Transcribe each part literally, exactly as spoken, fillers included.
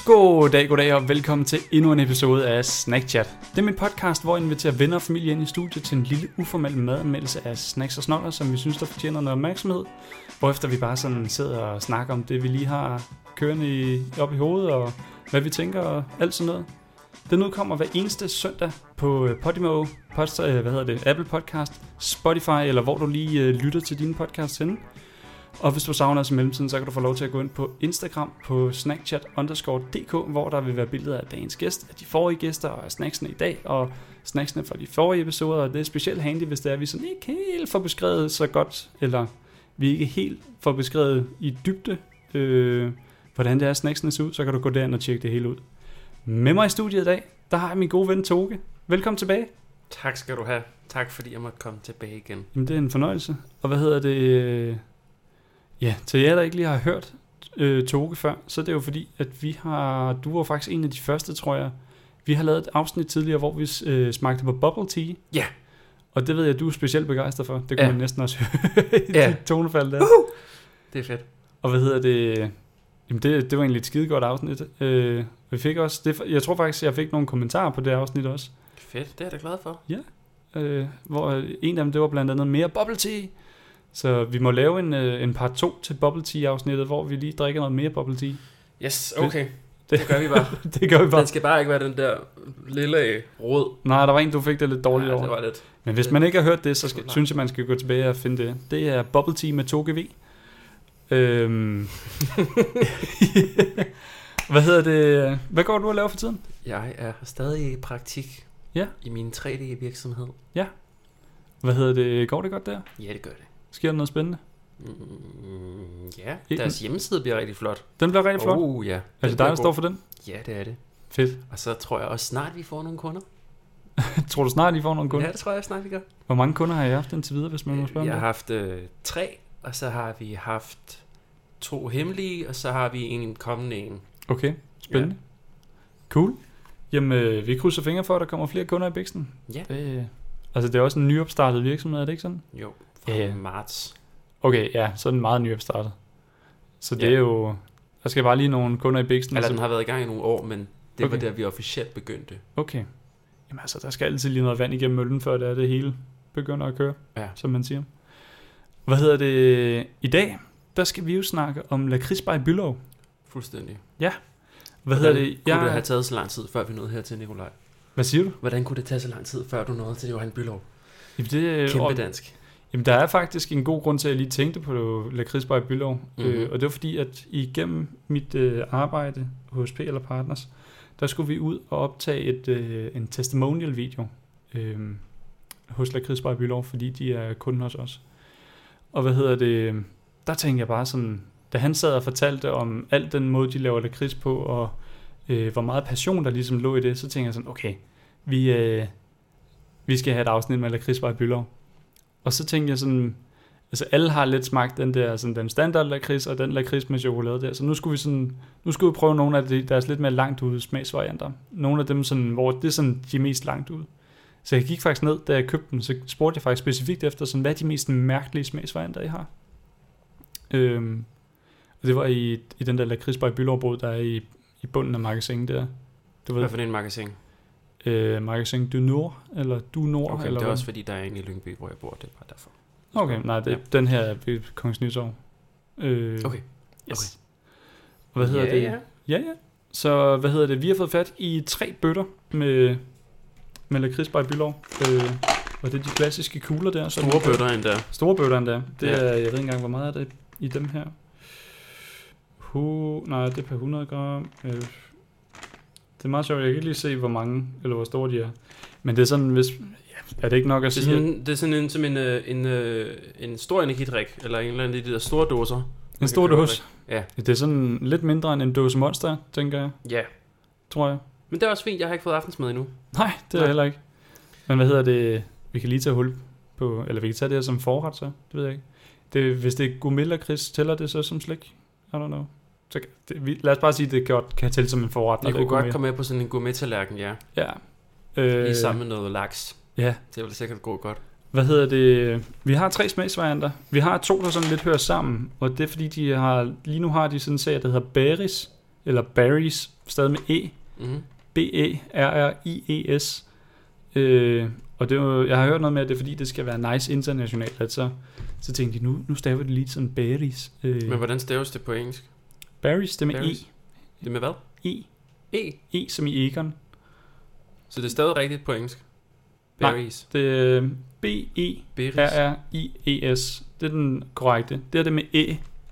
Goddag, goddag og velkommen til endnu en episode af Snack Chat. Det er min podcast, hvor jeg inviterer venner og familie ind i studiet til en lille uformel madanmeldelse af snacks og snoller, som vi synes, der fortjener noget opmærksomhed. Hvorefter vi bare sådan sidder og snakker om det, vi lige har kørende i, op i hovedet, og hvad vi tænker og alt sådan noget. Den udkommer hver eneste søndag på Podimo, post, hvad hedder det, Apple Podcast, Spotify, eller hvor du lige uh, lytter til dine podcasts henne. Og hvis du savner os i mellemtiden, så kan du få lov til at gå ind på Instagram på snackchat underscore dk, hvor der vil være billeder af dagens gæst, af de forrige gæster og af snacksene i dag, og snacksene fra de forrige episoder. Og det er specielt handy, hvis det er, at vi sådan ikke helt får beskrevet så godt, eller vi ikke helt får beskrevet i dybde, øh, hvordan det er, snacksene ser ud, så kan du gå derind og tjekke det hele ud. Med mig i studiet i dag, der har jeg min gode ven Toge. Velkommen tilbage. Tak skal du have. Tak fordi jeg måtte komme tilbage igen. Jamen, det er en fornøjelse. Og hvad hedder det... Ja, til jer, der ikke lige har hørt øh, Toge før, så er det jo fordi, at vi har, du var faktisk en af de første, tror jeg, vi har lavet et afsnit tidligere, hvor vi øh, smagte på bubble tea. Ja. Og det ved jeg, at du er specielt begejstret for. Det kunne ja. man næsten også høre i ja. dit tonefald der. Uh-huh. Det er fedt. Og hvad hedder det? Jamen det, det var egentlig et skide godt afsnit. Øh, vi fik også, det, jeg tror faktisk, jeg fik nogle kommentarer på det afsnit også. Fedt, det er jeg da glad for. Ja, øh, hvor en af dem, det var blandt andet mere bubble tea. Så vi må lave en, en part to til bubble tea afsnittet, hvor vi lige drikker noget mere bubble tea. Yes, okay. Det, det gør vi bare. det gør vi bare. Den skal bare ikke være den der lille rød. Nej, der var en, du fik det lidt dårligt ja, over. det var lidt. Men hvis man ikke har hørt det, så skal, synes jeg, man skal gå tilbage og finde det. Det er bubble tea med to G V. Øhm. Hvad hedder det? Hvad går du at lave for tiden? Jeg er stadig i praktik ja. i min tre D virksomhed. Ja. Hvad hedder det? Går det godt der? Ja, det gør det. Sker der noget spændende? Mm, ja, deres hjemmeside bliver rigtig flot. Den bliver rigtig flot? Oh, ja. Er det dig, der står for den? Ja, det er det. Fedt. Og så tror jeg også snart, vi får nogle kunder. Tror du snart, I får nogle kunder? Ja, det tror jeg snart, vi gør. Hvor mange kunder har I haft indtil videre, hvis man må spørge? Jeg har haft øh, tre, og så har vi haft to hemmelige, og så har vi en kommende en. Okay, spændende. Ja. Cool. Jamen, øh, vi krydser fingre for, at der kommer flere kunder i Bixen. Ja. Det, altså, det er også en nyopstartet virksomhed, er det ikke sådan? Jo, fra ja, ja. marts. Okay, ja, så er den meget nyopstartet. Så det ja. er jo... Der skal bare lige nogle kunder i Bixen. Altså, den har været i gang i nogle år, men det okay. var der, vi officielt begyndte. Okay. Jamen altså, der skal altid lige noget vand igennem møllen, før det er det hele begynder at køre, ja. som man siger. Hvad hedder det? I dag, der skal vi jo snakke om lakridsbar i Bülov. Fuldstændig. Ja. Hvad Hvordan hedder det? kunne Jeg... det have taget så lang tid, før vi nåede her til, Nikolaj? Hvad siger du? Hvordan kunne det tage så lang tid, før du nåede til Johan Bülov? Jamen, det... Kæmpe dansk. Jamen, der er faktisk en god grund til, at jeg lige tænkte på lakridsbar i Bülov. Mm-hmm. Øh, og det var fordi, at igennem mit øh, arbejde hos P L Partners, der skulle vi ud og optage et, øh, en testimonial video øh, hos lakridsbar i Bülov, fordi de er kunden hos os. Og hvad hedder det? Der tænkte jeg bare sådan, da han sad og fortalte om alt den måde, de laver lakrids på, og øh, hvor meget passion der ligesom lå i det, så tænkte jeg sådan, okay, vi, øh, vi skal have et afsnit med lakridsbar i Bülov. Og så tænkte jeg sådan, altså alle har lidt smagt den der, sådan den standard lakrids, og den lakrids med chokolade der, så nu skulle vi sådan, nu skulle vi prøve nogle af de, deres lidt mere langt ude smagsvarianter. Nogle af dem sådan, hvor det er sådan de mest langt ude. Så jeg gik faktisk ned, da jeg købte dem, så spurgte jeg faktisk specifikt efter, sådan, hvad er de mest mærkelige smagsvarianter, I har? Øhm, og det var i, i den der lakridsbar i Bülov, der er i, i bunden af magasin der. Du ved, hvad for en magasin? Øh, magasin du Nord, eller du Nord. Okay, eller det er hvad? også fordi, der er en i Lyngby, hvor jeg bor, det er bare derfor. Okay, nej, det, ja. Den her er ved Kongens Nytorv. Øh, okay. Yes. Okay. Hvad hedder ja, det? Ja. ja, ja. Så hvad hedder det? Vi har fået fat i tre bøtter med, med lakridsbar i Bülov. Øh, og det er de klassiske kugler der. Store bøtter endda. Store bøtter endda. Det ja. er, jeg ved ikke engang, hvor meget er det i dem her. Hu, nej, det er per hundrede gram. Øh, det er meget sjovt, jeg kan ikke lige se, hvor mange, eller hvor store de er. Men det er sådan, hvis... Er det ikke nok at det er sige? Sådan, det er sådan en, som en, en, en, en stor energidrik, eller en eller anden af de der store dåser. En stor dåse? Ja. Det er sådan lidt mindre end en dåse Monster, tænker jeg. Ja. Tror jeg. Men det er også fint, jeg har ikke fået aftensmad endnu. Nej, det er jeg heller ikke. Men hvad hedder det? Vi kan lige tage hul på, eller vi kan tage det her som forret så, det ved jeg ikke. Det, hvis det er gourmet lakrids, tæller det så som slik? I don't know. Så det, vi, lad os bare sige, at det godt kan tælle som en forret. Vi kunne godt komme med på sådan en gourmet-tallerken, ja. Ja. Øh, lige sammen med noget laks. Ja. Det vil sikkert gå godt. Hvad hedder det? Vi har tre smagsvarianter. Vi har to, der sådan lidt hører sammen, og det er fordi, de har, lige nu har de sådan en serie, der hedder Berries, eller Berries, stadig med E. Mm-hmm. B E R R I E S. Øh, og det var, jeg har hørt noget med, at det er fordi, det skal være nice internationalt. At så, så tænkte de, nu, nu staver det lige sådan berries. Øh, Men hvordan staves det på engelsk? berries, det er med Berries. E. Det er med hvad? E. E. E som i Egon. Så det er stadig rigtigt på engelsk? Nej. Berries. Det er B E Berries. R R I E S. Det er den korrekte. Det er det med E.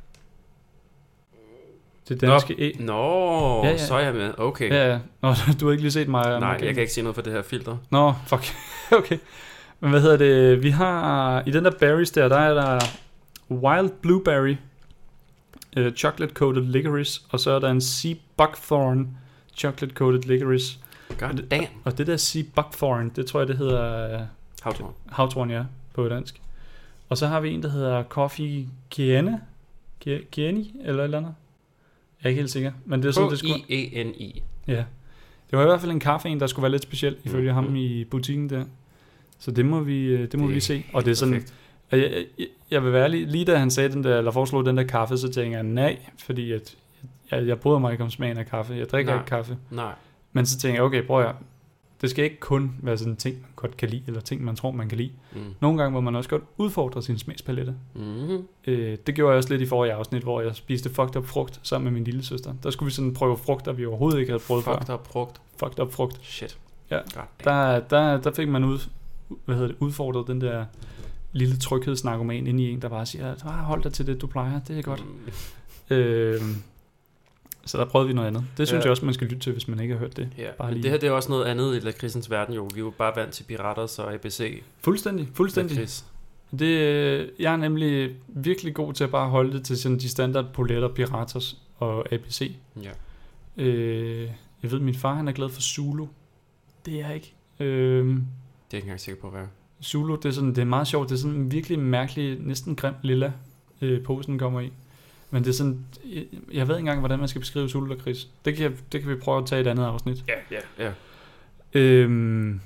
Det danske Nå. E. Nå, Ja, ja. så er jeg med. Okay. Ja, ja. Nå, du har ikke lige set mig. Nej, jeg kan ikke se noget for det her filter. Nå, fuck. Okay. Men hvad hedder det? Vi har... I den der berries der, der er der wild blueberry, uh, chocolate coated licorice, og så er der en sea buckthorn chocolate coated licorice. God damn. Og det der sea buckthorn, det tror jeg, det hedder... Uh, Havtorn. havtorn, ja, på dansk. Og så har vi en, der hedder Coffee Kiene. Kieni, eller et eller andet. Jeg er ikke helt sikker. Men det er sådan, det skulle... K I E N I. Ja. Det var i hvert fald en kaffe, en, der skulle være lidt speciel, ifølge Mhm. ham i butikken der. Så det må vi, det må Det vi er lige se. Og det er sådan... Perfekt. Jeg, jeg, jeg vil være lige, lige da han sagde den der, eller foreslog den der kaffe, så tænker jeg nej, fordi at, jeg, jeg bryder mig ikke om smagen af kaffe. Jeg drikker Nej. ikke kaffe. Nej. Men så tænker jeg, okay, prøv at det skal ikke kun være sådan ting, man godt kan lide, eller ting, man tror, man kan lide. Mm. Nogle gange må man også godt udfordre sin smagspalette. Mm-hmm. Øh, det gjorde jeg også lidt i forrige afsnit, hvor jeg spiste fucked up frugt sammen med min lille søster. Der skulle vi sådan prøve frugter, vi overhovedet ikke havde prøvet før. Fucked up frugt. Fucked up frugt. Shit. Ja. God damn. Der, der, der fik man ud, hvad hedder det, udfordret den der lille tryghedsnarkoman inde i en, der bare siger, ah, hold dig til det, du plejer, det er godt. Mm. Øh, så der prøvede vi noget andet. Det synes Ja. jeg også, man skal lytte til, hvis man ikke har hørt det. Ja, Bare men lige. det her det er også noget andet i lakridsens verden jo. Vi er jo bare vant til Piratas og A B C. Fuldstændig, fuldstændig. Lakrids. Det, øh, jeg er nemlig virkelig god til at bare holde det til sådan de standard poletter, Piratas og A B C. Ja. Øh, jeg ved, min far han er glad for Zulu. Det er jeg ikke. Øh, Det er jeg ikke engang sikker på, hvad er. Zulu, det er, sådan, det er meget sjovt. Det er sådan en virkelig mærkelig, næsten grim lilla øh, posen kommer i. Men det er sådan, jeg, jeg ved ikke engang, hvordan man skal beskrive Zulu lakrids. Det kan, det kan vi prøve at tage i et andet afsnit. Ja, ja, ja. Øhm,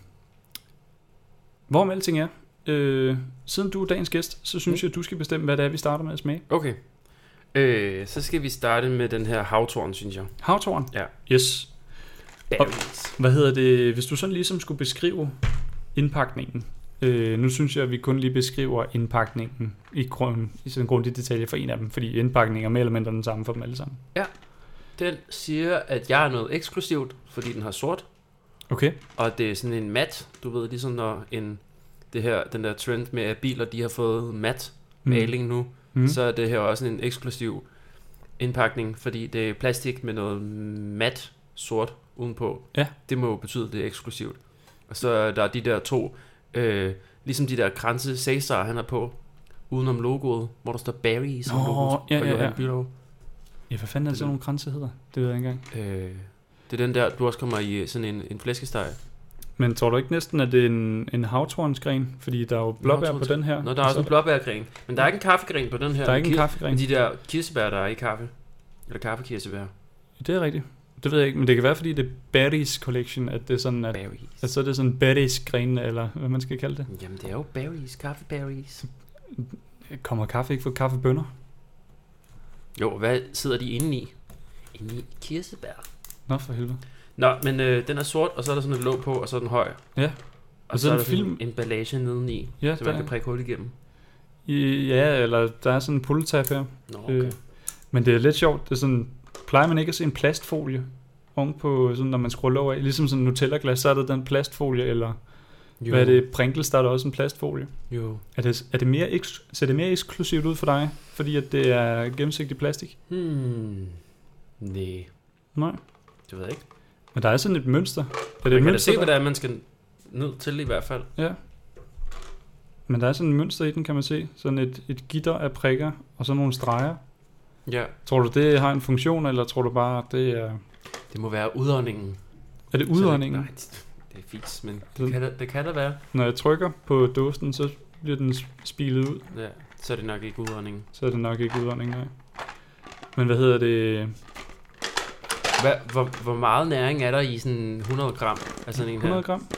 hvorom alting er, øh, siden du er dagens gæst, så synes Mm. jeg, at du skal bestemme, hvad det er, vi starter med at smage. Okay. Øh, så skal vi starte med den her havtorn, synes jeg. Havtorn? Ja. Yes. Berries. Hvad hedder det, hvis du sådan ligesom skulle beskrive indpakningen. Øh, nu synes jeg, at vi kun lige beskriver indpakningen i, grund, i sådan en grundig detalje for en af dem, fordi indpakningen er mere eller mindre den samme for dem alle sammen. Den siger, at jeg er noget eksklusivt, fordi den har sort. Okay. Og det er sådan en mat, du ved, ligesom når en, det her, den der trend med, at biler de har fået mat maling nu, Mm. mm. så er det her også en eksklusiv indpakning, fordi det er plastik med noget mat sort udenpå. Ja. Det må jo betyde, at det er eksklusivt. Og så er der de der to, øh, ligesom de der kranse Cæsar, han er på, udenom logoet, hvor der står Barry som Nå, logoet, ja, og ja, Johan ja. Bülow. Ja, hvad fanden er det, sådan nogle grænser hedder? Det ved jeg ikke engang. Øh, det er den der, du også kommer i sådan en, en flæskesteg. Men tror du ikke næsten, at det er en, en havtornsgren? Fordi der er jo blåbær på havtorns- den her. Nå, der er også en blåbærgren. Men der er ikke en kaffegren på den her. Der er ikke en Kir- kaffegren. Men de der kirsebær, der er i kaffe. Eller kaffekirsebær. Det er rigtigt. Det ved jeg ikke, men det kan være, fordi det er Berries Collection, at det er sådan, at, Berries. at så er det sådan Berries grenene, eller hvad man skal kalde det. Jamen, det er jo berries, kaffeberries. Kommer kaffe ikke fra kaffebønner? Jo, hvad sidder de inde i? Inde i kirsebær. Nå, for helvede. Nå, men øh, den er sort, og så er der sådan et låg på, og så er den høj. Ja. Og, Og så, så er en der sådan film. en emballage nedeni, Ja, så man der, kan prikke hul igennem. i, ja, eller der er sådan en pulletab her. Nå, okay. Øh, men det er lidt sjovt. Det er sådan, plejer man ikke at se en plastfolie ovenpå, sådan, når man skruer låg af? Ligesom sådan en Nutella-glas, så er der den plastfolie, eller Jo. hvad er det? Pringles, der er der også en plastfolie. Jo. Er det, er det mere eks, ser det mere eksklusivt ud for dig, fordi at det er gennemsigtig plastik? Hmm. Nej, Nej. det ved jeg ikke. Men der er sådan et mønster. Er det Man et kan da mønster, se, hvad der? det er, man skal ned til i hvert fald. Ja. Men der er sådan et mønster i den, kan man se. Sådan et, et gitter af prikker, og så nogle streger. Ja, Tror du, det har en funktion, eller tror du bare, det er... det må være udåndingen. Er det Så det- udåndingen? Nej, det, det er fis, men Den- det kan, der, det kan der være. Når jeg trykker på dåsen, så bliver den spilet ud. Ja, så er det nok ikke udåndingen. Så er det nok ikke udånding, nej. Men hvad hedder det? Hvad, hvor, hvor meget næring er der i sådan hundrede gram af sådan en her? hundrede gram?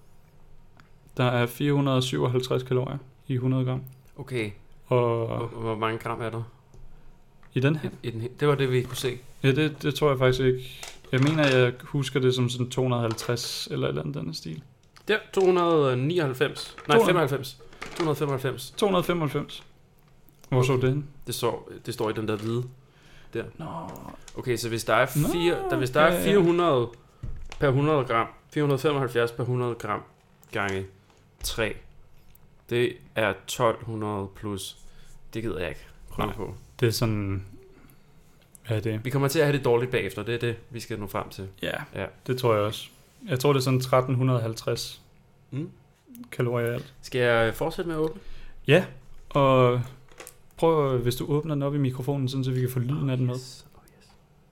Der er fire hundrede og syvoghalvtreds kalorier i hundrede gram. Okay, Og hvor, hvor mange gram er der i den her? i den her? Det var det, vi kunne se. Ja, det, det tror jeg faktisk ikke. Jeg mener, jeg husker det som sådan to hundrede og halvtreds eller et eller andet den stil. Der, to hundrede og nioghalvfems. Nej, femoghalvfems. to hundrede og femoghalvfems. to hundrede og femoghalvfems. Hvor så det henne? Det står, det står i den der hvide. Der. Nå. Okay, så hvis der er, fire, Nå, der, hvis der er ja, ja. fire hundrede per hundrede gram, fire hundrede og femoghalvfjerds per hundrede gram gange tre, det er tolv hundrede plus. Det gider jeg ikke prøve Nej. på. Det er sådan... Hvad er det? Vi kommer til at have det dårligt bagefter. Det er det, vi skal nå frem til. Ja, Ja. det tror jeg også. Jeg tror, det er sådan tretten halvtreds Mm. kalorier i alt. Skal jeg fortsætte med at åbne? Ja, og prøv, hvis du åbner den op i mikrofonen, sådan, så vi kan få lyden af den med. Yes. Oh, yes.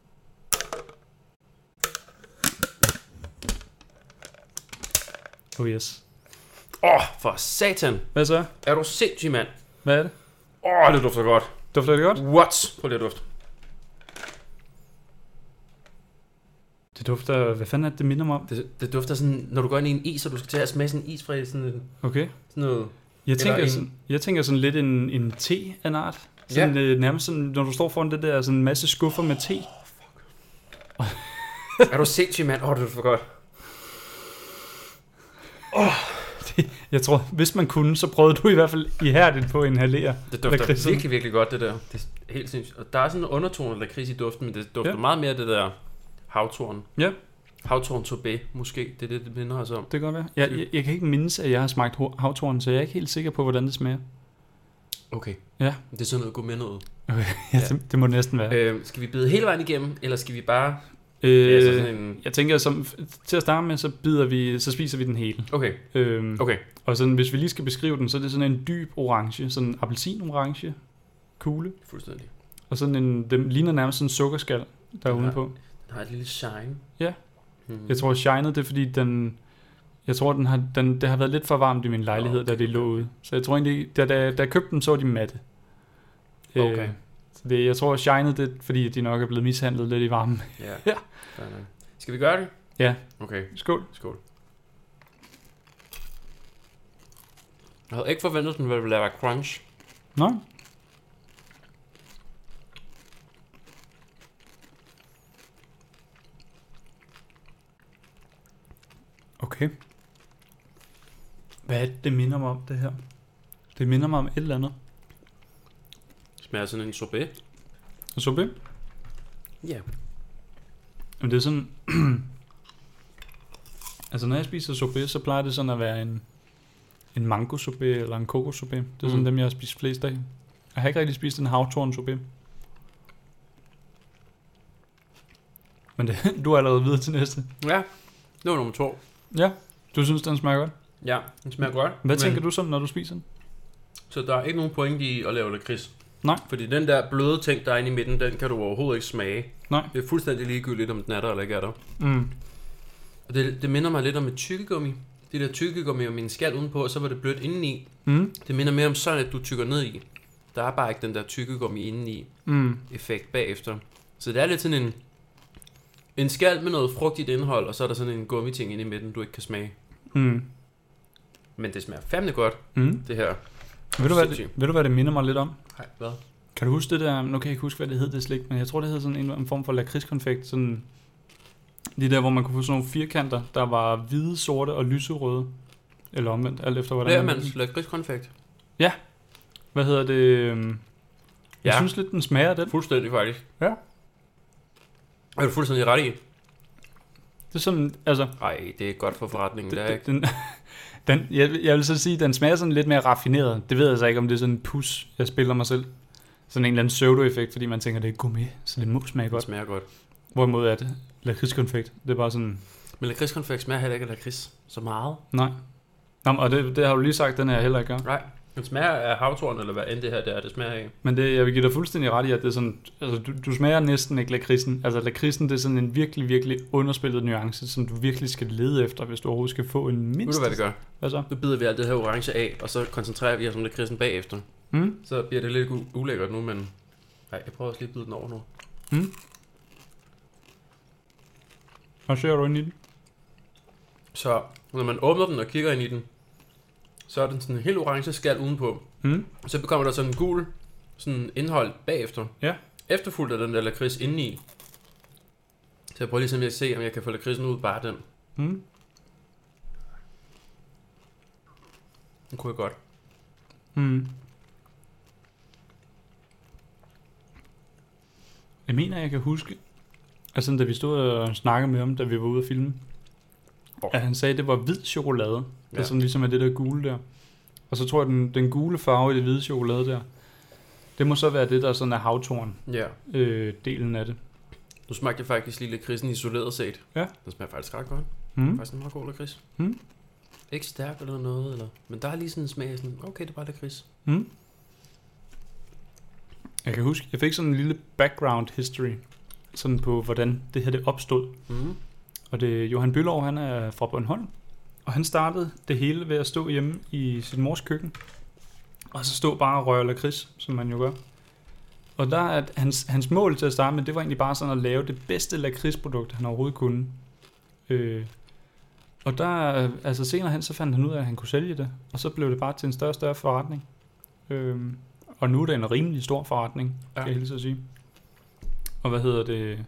Oh yes. Åh, oh, for satan. Hvad så? Er du sindssyg, mand? Hvad er det? Åh, oh, det dufter godt. Dufter det godt? What? Prøv lige at dufte. Det dufter... Hvad fanden er det, det minder mig om? Det, det dufter sådan, når du går ind i en is, og du skal til at smage sådan en is fra sådan, en, Okay. sådan noget. Jeg tænker, en- sådan, jeg tænker sådan lidt en, en te af en art. Sådan, øh, nærmest sådan, når du står foran det der, sådan en masse skuffer med te. Er du sindssyg, mand? Åh, oh, det dufter godt. Jeg tror, hvis man kunne, så prøvede du i hvert fald ihærdigt på at inhalere. Det dufter lakridsen. virkelig, virkelig godt, det der. Det er helt sindssygt. Og der er sådan en undertone af lakrids i duften, men det dufter Ja. ja. meget mere af det der havtorn. Ja. Havtorn sorbet, måske. Det er det, det minder os om. Det kan godt være. Jeg, jeg, jeg kan ikke mindes, at jeg har smagt ho- havtorn, så jeg er ikke helt sikker på, hvordan det smager. Okay. Ja. Det er sådan noget gourmet noget. Okay. Ja, det, det må det næsten være. Øh, skal vi bide hele vejen igennem, eller skal vi bare... Øh, Ja, så sådan en... Jeg tænker, som, til at starte med, så, bider vi, så spiser vi den hele. Okay, Øhm, okay. Og sådan, hvis vi lige skal beskrive den, så er det sådan en dyb orange, sådan en appelsin-orange kugle. Fuldstændig. Og sådan en, den ligner nærmest sådan en sukkerskal, der er Ja. udenpå. Den har et lille shine. Ja. Hmm. Jeg tror, shined, det er fordi, den... Jeg tror, den har, den, det har været lidt for varmt i min lejlighed, Okay, da det lå ude. Så jeg tror egentlig, da, da, da jeg købte dem, så var de matte. Okay. Øh, så det, jeg tror, shined, det er fordi, de nok er blevet mishandlet lidt i varmen. Ja. Ja. Fair nok. Skal vi gøre det? Ja. Okay, Skål. skål. Jeg havde ikke forventet, at den ville lave crunch. Nå. Okay. Hvad er det, det minder mig om, det her? Det minder mig om et eller andet. Smager sådan en sorbet. Og sorbet? Ja. Men det er sådan... altså, når jeg spiser sorbet, så plejer det sådan at være en, en mango sorbet eller en kokos sorbet. Det er sådan Mm. dem, jeg har spist flest af. Jeg har ikke rigtig spist en havtorn sorbet. Men det, du er allerede videre til næste. Ja, det var nummer to. Ja, du synes, den smager godt. Ja, den smager godt. Hvad men- tænker du sådan, når du spiser den? Så der er ikke nogen point i at lave lakrids. Nej. Fordi den der bløde ting, der er inde i midten, den kan du overhovedet ikke smage. Nej. Det er fuldstændig ligegyldigt, om den er der eller ikke er der. Mm. Og det, det minder mig lidt om et tykkegummi. Det der tykkegummi og min skal udenpå, og så var det blødt indeni. Mm. Det minder mere om sådan, at du tykker ned i. Der er bare ikke den der tykkegummi indeni Mm. effekt bagefter. Så det er lidt sådan en, en skal med noget frugtigt indhold, og så er der sådan en gummiting inde i midten, du ikke kan smage. Mm. Men det smager fandme godt, Mm. det her. Ved, du, hvad det, Sindssygt. ved du, hvad det minder mig lidt om? Nej, hvad? Kan du huske det der, nu kan jeg ikke huske, hvad det hed, det slik, men jeg tror, det hed sådan en, en form for lakridskonfekt, sådan de der, hvor man kunne få sådan nogle firkanter, der var hvide, sorte og lyserøde, eller omvendt, alt efter hvordan man... Lærmands lakridskonfekt. Hvad hedder det? øhm, Jeg Ja. synes lidt, den smager af den. Fuldstændig faktisk. Ja. Er du fuldstændig ret i? Det er sådan, altså... Nej, det er godt for forretningen, det, det er ikke. Den, den, jeg, jeg vil så sige, den smager sådan lidt mere raffineret. Det ved jeg så ikke, om det er sådan en pus, jeg spiller mig selv. Sådan en eller anden pseudo-effekt, fordi man tænker, det er gourmet, så det må smage Det godt. smager godt. Hvorimod at lakridskonfekt, det er bare sådan... Men lakridskonfekt smager heller ikke af lakrids så meget. Nej. Nå, og det, det har du lige sagt, den her heller ikke gør. Nej. Den smager af havtorn, eller hvad end det her det er, det smager af. Men det, jeg vil give dig fuldstændig ret i, at det er sådan, altså, du, du smager næsten ikke lakridsen. Altså lakridsen, det er sådan en virkelig, virkelig underspillet nuance, som du virkelig skal lede efter, hvis du overhovedet skal få en mindste... Ved du, hvad det gør? Hvad så? Nu bider vi alt det her orange af, og så koncentrerer vi os om lakridsen bagefter. Mm? Så bliver det lidt u- ulækkert nu, men... Nej, jeg prøver også lige at bide den over nu. Mm? Hvad ser du ind i den? Så når man åbner den og kigger ind i den, så er den sådan en helt orange skal udenpå. Mm? Og så kommer der sådan en gul sådan indhold bagefter. Ja. Efterfulgt af den der lakrids indeni. Så jeg prøver ligesom at se, om jeg kan få lakridsen ud, bare den. Mm. Den kunne jeg godt. Mm. Jeg mener, jeg kan huske, altså da vi stod og snakkede med ham, da vi var ude at filme, oh. at han sagde, at det var hvid chokolade. Ja. Det er sådan ligesom er det der gule der. Og så tror jeg, den, den gule farve i det hvide chokolade der, det må så være det, der sådan er havtorn. Ja. Øh, delen af det. Nu smagte jeg faktisk lige lakridsen isoleret set. Ja. Den smager faktisk ret godt. Mm. Det er faktisk en meget god lakrids. Mm. Ikke stærk eller noget, eller, men der er lige sådan en smag, sådan, okay, det er bare lakrids. Mm. Jeg kan huske, jeg fik sådan en lille background history, sådan på, hvordan det her det opstod. Mm. Og det Johan Bülow, han er fra Bornholm, og han startede det hele ved at stå hjemme i sin mors køkken, og så stå bare og røre lakrids, som man jo gør. Og der er hans, hans mål til at starte med, det var egentlig bare sådan at lave det bedste lakridsprodukt, han overhovedet kunne. Øh, og der, altså senere hen, så fandt han ud af, at han kunne sælge det, og så blev det bare til en større og større forretning. Øh, og nu er det en rimelig stor forretning, ja. Kan jeg hilse at sige. Og hvad hedder det?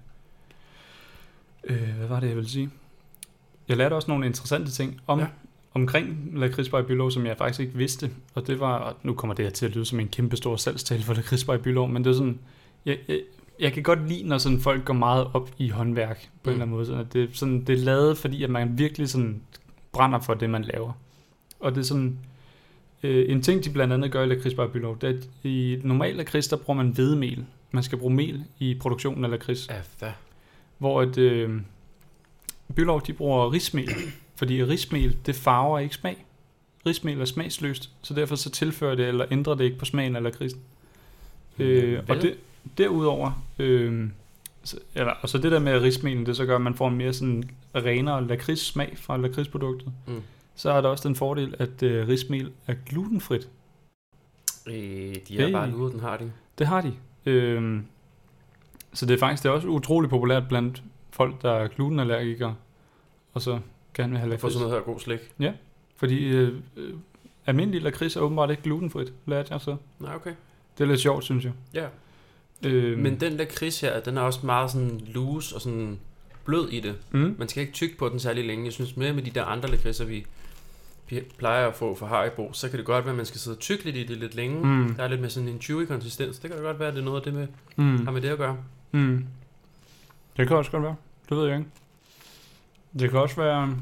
Øh, hvad var det, jeg ville sige? Jeg lærte også nogle interessante ting om, ja. omkring Lakrids by Bülow, som jeg faktisk ikke vidste. Og det var, og nu kommer det her til at lyde som en kæmpe stor salgstale for Lakrids by Bülow, men det er sådan, jeg, jeg, jeg kan godt lide, når sådan folk går meget op i håndværk på mm. en eller anden måde. Sådan, at det, sådan, det er lavet, fordi at man virkelig sådan brænder for det, man laver. Og det er sådan, øh, en ting, de blandt andet gør i Lakrids by Bülow, det er, at i normal lakrids, der bruger man hvedemel. Man skal bruge mel i produktionen af lakrids. Ja, hvad? Hvor at øh, Bülow, de bruger rismel, fordi rismel, det farver ikke smag. Rismel er smagsløst, så derfor så tilfører det eller ændrer det ikke på smagen af lakridsen. Øh, og det, derudover, øh, så, eller, og så det der med rismelen, det så gør, at man får en mere sådan renere lakridssmag fra lakridsproduktet. Mm. Så er der også den fordel, at øh, rismel er glutenfrit. Øh, de er hey. bare ude, den har de. Det har de. Øh, så det er faktisk det er også utroligt populært blandt folk, der er glutenallergikere, og så gerne vil have lakrids. For sådan noget her god slik. Ja, fordi øh, øh, almindelig lakrids er åbenbart ikke glutenfrit, lærte jeg så. Nej, okay. Det er lidt sjovt, synes jeg. Ja. Øhm. Men den lakrids her, den er også meget sådan loose og sådan blød i det. Mm. Man skal ikke tygge på den særlig længe. Jeg synes mere med de der andre lakridser, vi plejer at få fra Haribo, så kan det godt være, at man skal sidde og tygge lidt i det lidt længe. Mm. Der er lidt med sådan en chewy konsistens. Det kan godt være, at det er noget af det med, mm. har med det at gøre. Mm. Det kan også godt være. Det ved jeg ikke. Det kan også være...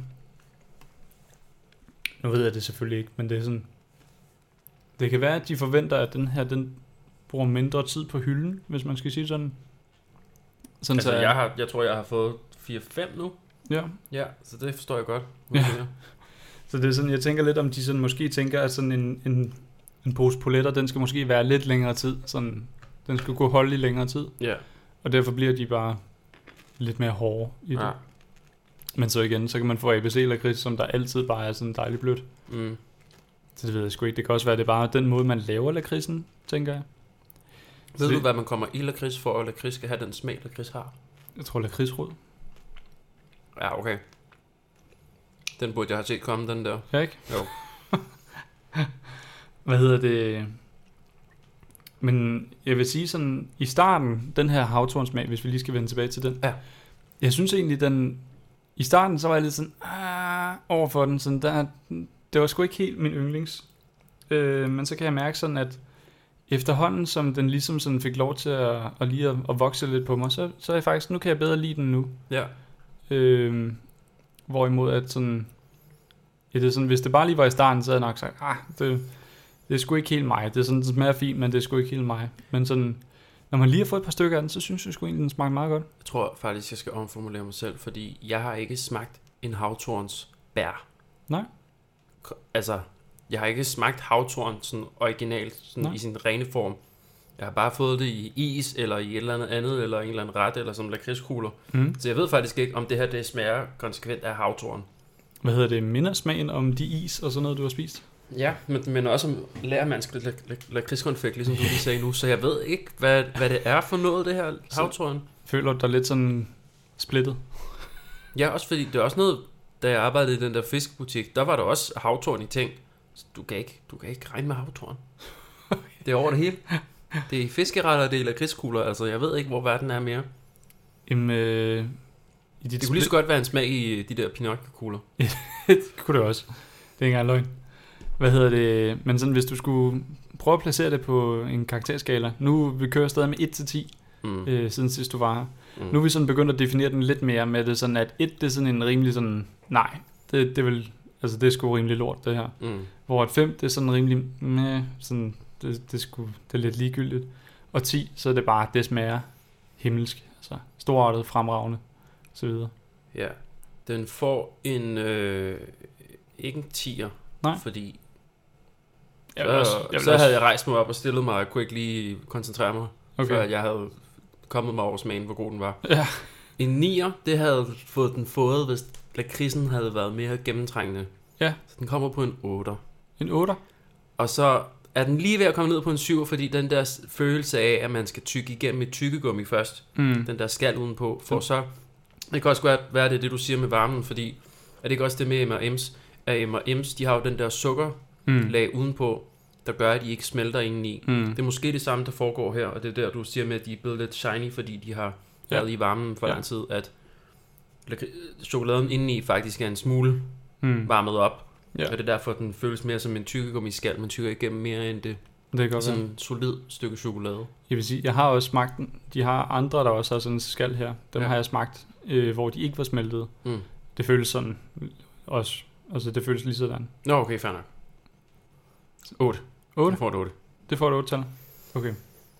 Nu ved jeg det selvfølgelig ikke, men det er sådan... Det kan være, at de forventer, at den her, den bruger mindre tid på hylden, hvis man skal sige sådan. sådan altså, så, jeg, har, jeg tror, jeg har fået fire fem nu. Ja. Ja, så det forstår jeg godt. Ja. Så det er sådan, jeg tænker lidt, om de sådan måske tænker, at sådan en, en, en pose poletter, den skal måske være lidt længere tid. Sådan, den skal gå holde i længere tid. Ja. Og derfor bliver de bare lidt mere hårde i det. Ja. Men så igen, så kan man få A B C-lakrids, som der altid bare er sådan dejligt blødt. Mm. Så det ved jeg sgu ikke. Det kan også være, at det er bare den måde, man laver lakridsen, tænker jeg. Ved så du, hvad man kommer i lakrids for, at lakrids skal have den smag, lakrids har? Jeg tror, lakridsrod. Ja, okay. Den burde jeg have set komme, den der. Ja, ikke? Jo. Hvad hedder det? Men jeg vil sige sådan, i starten, den her havtornsmag, hvis vi lige skal vende tilbage til den. Ja. Jeg synes egentlig, den... I starten, så var jeg lidt sådan, ah, overfor den, sådan der... Det var sgu ikke helt min yndlings. Øh, men så kan jeg mærke sådan, at efterhånden, som den ligesom sådan fik lov til at, at lige at, at vokse lidt på mig, så, så er jeg faktisk, nu kan jeg bedre lide den nu. Ja. Øh, hvorimod at sådan, ja, det er sådan, hvis det bare lige var i starten, så havde jeg nok sagt, ah, det, det er sgu ikke helt mig. Det er sådan, det smager fint, men det er sgu ikke helt mig. Men sådan, når man lige har fået et par stykker af den, så synes jeg sgu egentlig, den smager meget godt. Jeg tror faktisk, jeg skal omformulere mig selv, fordi jeg har ikke smagt en havtorns bær. Nej. Altså, jeg har ikke smagt havtorn sådan originalt, sådan i sin rene form. Jeg har bare fået det i is, eller i et eller andet andet, eller en eller anden ret, eller som lakridskugler. Mm. Så jeg ved faktisk ikke, om det her det smager konsekvent af havtorn. Hvad hedder det? Minder smagen om de is og sådan noget, du har spist? Ja, men, men også om lærermandsk lakridskonfekt, ligesom du lige sagde nu. Så jeg ved ikke, hvad, hvad det er for noget, det her havtorn. Føler du dig lidt sådan splittet? Ja, også fordi det er også noget, da jeg arbejdede i den der fiskebutik, der var der også havtorn i ting. Så du kan ikke, du kan ikke regne med havtorn. Det er over det hele. Det er fiskeretter, det er lakridskugler, altså jeg ved ikke, hvor verden er mere. Jamen, øh, I dit det kunne lige så godt være en smag i de der Pinocchio-kugler. Det kunne det også. Det er ikke engang løgn. Hvad hedder det? Men sådan, hvis du skulle prøve at placere det på en karakterskala. Nu vi kører stadig med et til ti, mm. øh, siden sidst du var her. Mm. Nu er vi sådan begyndt at definere den lidt mere med det sådan, at et det er sådan en rimelig sådan, nej, det, det, vil, altså det er sgu rimelig lort det her. Mm. Hvor et fem det er sådan rimelig, meh, sådan, det, det, sgu, det er lidt ligegyldigt. Og ti, så er det bare, det smager himmelsk. Altså storartet, fremragende, så videre. Ja, den får en, øh, ikke en tier, nej. Fordi jeg så, også, jeg så også. havde jeg rejst mig op og stillet mig, og kunne ikke lige koncentrere mig, okay. Før jeg havde kommet mig over smagen, hvor god den var. Ja. En nier, det havde fået den fået, hvis lakridsen havde været mere gennemtrængende. Ja. Så den kommer på en otter. En otter? Og så er den lige ved at komme ned på en syv, fordi den der følelse af, at man skal tykke igennem et tykkegummi først, mm. den der skal udenpå, for så, det kan også godt være det, det du siger med varmen, fordi er det ikke også det med M og M's, at M og M's, de har jo den der sukkerlag mm. udenpå, der gør, at de ikke smelter indeni. Mm. Det er måske det samme, der foregår her, og det er der, du siger med, at de er blevet lidt shiny, fordi de har ja. været i varmen for ja. lang tid, at chokoladen indeni faktisk er en smule mm. varmet op. Ja. Og det er derfor, at den føles mere som en tykkegummiskal. Man tykker igennem mere end det. Det er godt sådan et solidt stykke chokolade. Jeg vil sige, jeg har også smagt den. De har andre, der også har sådan en skal her. Dem ja. har jeg smagt, øh, hvor de ikke var smeltet. Mm. Det føles sådan også. Altså, det føles lige sådan. Nå, okay, fair nok. otte. otte? Det får et otte. Det får et otte-tal. Okay.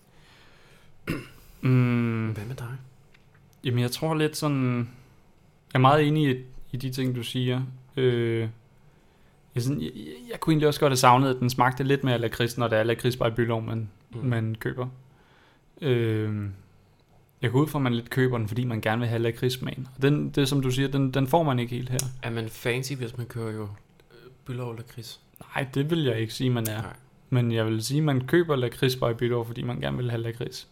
mm. Hvad med dig? Jamen, jeg tror lidt sådan... Jeg er meget enig i, i de ting, du siger. Øh... Jeg, sådan, jeg, jeg kunne egentlig også godt have savnet, at den smagte lidt mere lakrids, når det er lakrids bare i Bylov, man, mm. man køber. Øh, jeg går ud fra, at man lidt køber den, fordi man gerne vil have lakridssmagen. Og den, det som du siger, den, den får man ikke helt her. Er man fancy, hvis man kører jo Bylov lakrids? Nej, det vil jeg ikke sige, man er. Nej. Men jeg vil sige, at man køber lakrids bare i Bylov, fordi man gerne vil have lakrids.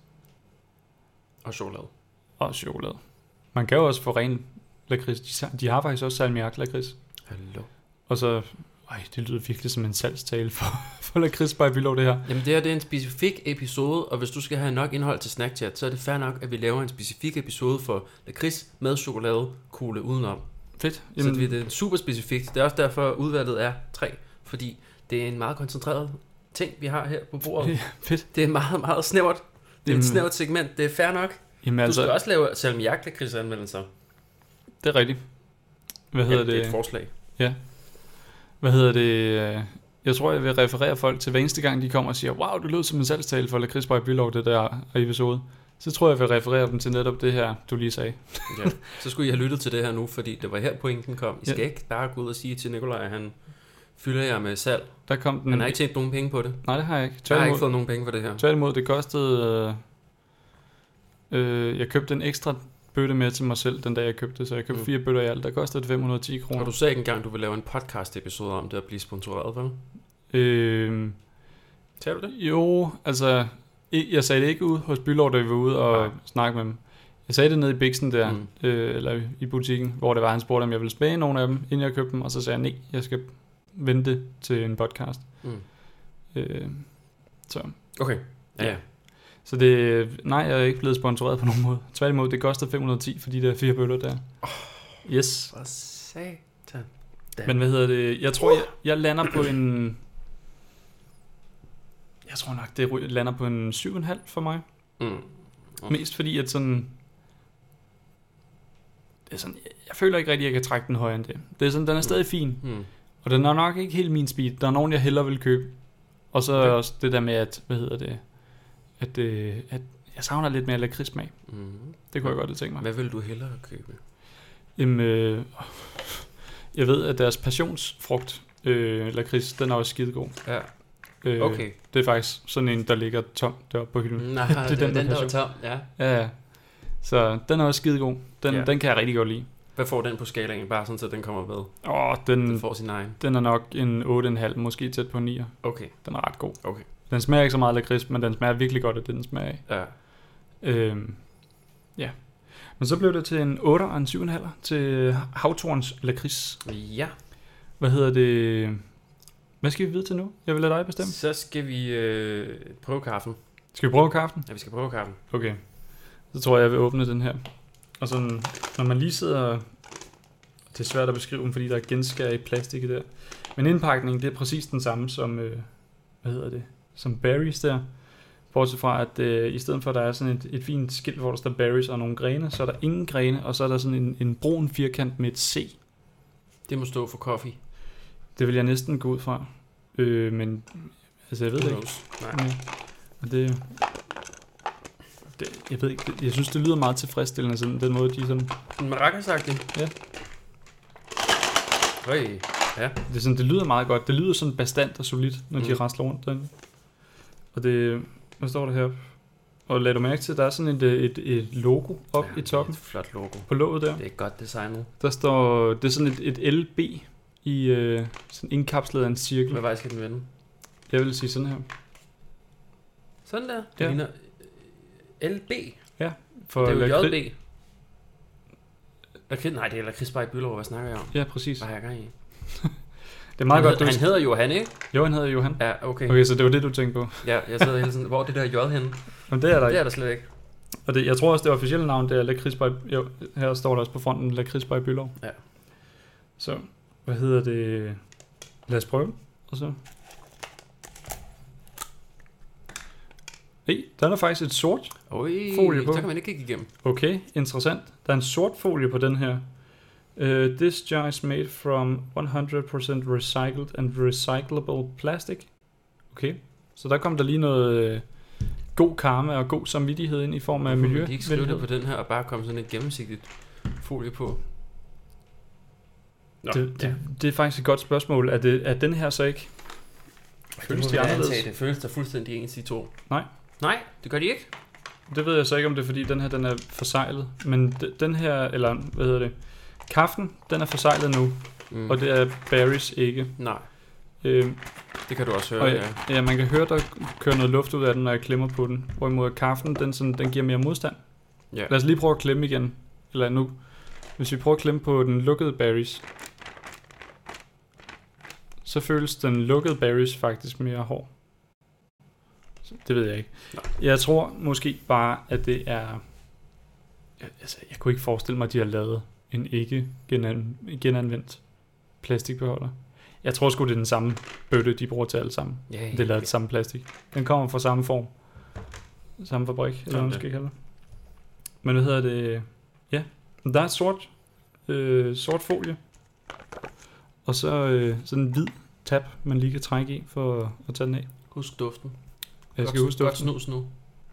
Og chokolade. Og chokolade. Man kan jo også få ren lakrids. De, de har faktisk også salmiak lakrids. Hallo. Og så... Ej, det lyder virkelig som en salgstale for, for lakrids bare i Bylov, det her. Jamen det her, det er en specifik episode, og hvis du skal have nok indhold til Snackchat, så er det fair nok, at vi laver en specifik episode for lakrids med chokoladekugle udenom. Fedt. Jamen, så det er super specifikt. Det er også derfor, udvalget er tre, fordi det er en meget koncentreret ting, vi har her på bordet. Ja, fedt. Det er meget, meget snævert. Det er jamen, et snævert segment. Det er fair nok. Jamen, du altså, skal også lave salmiak lakrids anmeldelser. Det er rigtigt. Hvad hedder ja, det? Det er et forslag. Ja. Hvad hedder det? Jeg tror, jeg vil referere folk til hver eneste gang, de kommer og siger, wow, du lød som en salgstale for lakrids bare i Bylov, det der episode. Så tror jeg, jeg vil referere dem til netop det her, du lige sagde. Ja. Så skulle I have lyttet til det her nu, fordi det var her pointen kom. I skal ja. ikke bare gå ud og sige til Nikolaj, at han fylder jer med salg. Der kom den... Han har ikke tjent nogen penge på det. Nej, det har jeg ikke. Jeg har ikke fået nogen penge for det her. Tværtimod, det kostede... Øh, øh, jeg købte en ekstra bøtte med til mig selv, den dag jeg købte, så jeg købte mm. fire bøtter i alt. Der kostede fem hundrede og ti kroner. Og du sagde ikke engang, du ville lave en podcast episode om det at blive sponsoreret, vel? Øh, Tager du det? Jo, altså... Jeg sagde det ikke ud hos Bylov, da vi var ude og ja. snakke med dem. Jeg sagde det nede i Bixen der, mm. øh, eller i butikken, hvor det var, han spurgte, om jeg ville smage nogle af dem, inden jeg købte dem, og så sagde jeg, nej, jeg skal vente til en podcast. Mm. Øh, så. Okay, ja, ja. Så det, nej, jeg er ikke blevet sponsoreret på nogen måde. Tværtimod, det kostede fem hundrede og ti for de der fire bøtter der. Oh, yes. For satan. Men hvad hedder det? Jeg tror, jeg, jeg lander på en... Jeg tror nok, det lander på en syv komma fem for mig. Mm. Okay. Mest fordi, at sådan... Det er sådan... Jeg føler ikke rigtig, at jeg kan trække den højere end det. Det er sådan, den er stadig fin. Mm. Og den er nok ikke helt min speed. Der er nogen, jeg hellere vil købe. Og så okay. også det der med, at... Hvad hedder det? At, øh, at jeg savner lidt mere lakridssmag. Mm. Det kunne jeg godt have tænkt mig. Hvad vil du hellere købe? Jamen... Øh, jeg ved, at deres passionsfrugt, øh, lakrids, den er også skidegod. Ja. Okay. Det er faktisk sådan en, der ligger tom deroppe på hylden. Nej, det er den, den, den der er tom, ja. Ja, ja. Så den er også skidegod. Den, ja. den kan jeg rigtig godt lide. Hvad får den på skalaen? Bare sådan, så den kommer med? Åh, den, den får sin egen. Den er nok en otte komma fem, måske tæt på ni. Okay. Den er ret god. Okay. Den smager ikke så meget lakrids, men den smager virkelig godt af det, den smager af. Ja. Øhm, ja. Men så blev det til en otte og en syv komma fem til Havtorns lakrids. Ja. Hvad hedder det... Hvad skal vi vide til nu? Jeg vil lade dig bestemme. Så skal vi øh, prøve kaffen. Skal vi prøve kaffen? Ja, vi skal prøve kaffen. Okay. Så tror jeg, jeg vil åbne den her. Og sådan, når man lige sidder... Det er svært at beskrive dem, fordi der er genskær i plastik der. Men indpakningen, det er præcis den samme som... Øh, hvad hedder det? Som berries der. Bortset fra, at øh, i stedet for, at der er sådan et, et fint skilt, hvor der står berries og nogle grene, så er der ingen grene, og så er der sådan en, en brun firkant med et C. Det må stå for coffee. Det vil jeg næsten gå ud fra. Øh, men, altså jeg ved det ikke. Nej. Og det, det, jeg ved ikke, det, jeg synes, det lyder meget tilfredsstillende, sådan den måde, de sådan... En maracasagtig? Ja. Høj, ja. Det, er sådan, det lyder meget godt. Det lyder sådan bastant og solidt, når mm. de rasler rundt derinde. Og det... Hvad står der her? Og lad du mærke til, at der er sådan et, et, et logo op ja, i toppen. Det er et flot logo. På låget der. Det er godt designet. Der står... Det er sådan et, et L B i... Øh, sådan indkapslet af en cirkel. Hvad vej skal den vende? Jeg vil sige sådan her. Sådan der? Det ja. ligner L B? Ja. For det er jo lakrid- J B. Lakrid, nej, det er lakridsbar i Byllerup, hvad snakker jeg om? Ja, præcis. Hvad har jeg gang i? Det er meget han godt, hed, du... Han hedder Johan, ikke? Jo, han hedder Johan. Ja, okay. Okay, så det var det, du tænkte på. Ja, jeg sidder hele tiden. Hvor er det der J henne? Men det er der Det ikke. er der slet ikke. Og det, jeg tror også, det officielle navn, det er Lakridsbar. Jo, her står der også på fronten, Lakridsbar i Byllerup. Ja. Så, hvad hedder det? Lad os prøve. Og så... Hey, der er der faktisk et sort Oi, folie på. Så kan man ikke kigge igennem. Okay, interessant. Der er en sort folie på den her. Uh, this jar is made from one hundred percent recycled and recyclable plastic. Okay, så der kom der lige noget uh, god karma og god samvittighed ind i form af miljø. Hvorfor de ikke skrive på den her og bare komme sådan et gennemsigtigt folie på? Nå, det, det, ja. det er faktisk et godt spørgsmål. Er, det, er den her så ikke? Føles de anderledes? Det føles der fuldstændig ens, de to. Nej. Nej, det gør de ikke. Det ved jeg så ikke, om det er, fordi den her den er forseglet. Men d- den her, eller hvad hedder det? Kaffen, den er forseglet nu. Mm. Og det er berries ikke. Nej. Øhm, det kan du også høre, og, ja. Ja, man kan høre, der kører noget luft ud af den, når jeg klemmer på den. Hvorimod kaffen, den, sådan, den giver mere modstand. Ja. Lad os lige prøve at klemme igen. Eller nu. Hvis vi prøver at klemme på den lukkede berries, så føles den lukkede berries faktisk mere hård. Så det ved jeg ikke. Nej. Jeg tror måske bare, at det er... Jeg, altså, jeg kunne ikke forestille mig, at de har lavet en ikke genan- genanvendt plastikbeholder. Jeg tror sgu, det er den samme bøtte, de bruger til alt sammen. Ja, ja, det er lavet okay. samme plastik. Den kommer fra samme form. Samme fabrik, eller hvad man skal kalde det. Men hvad hedder det? Ja, der er et sort, øh, sort folie. Og så øh, sådan en hvid tab, man lige kan trække i for at, at tage den af. Husk duften. Jeg skal godt, huske duften. Godt snus nu.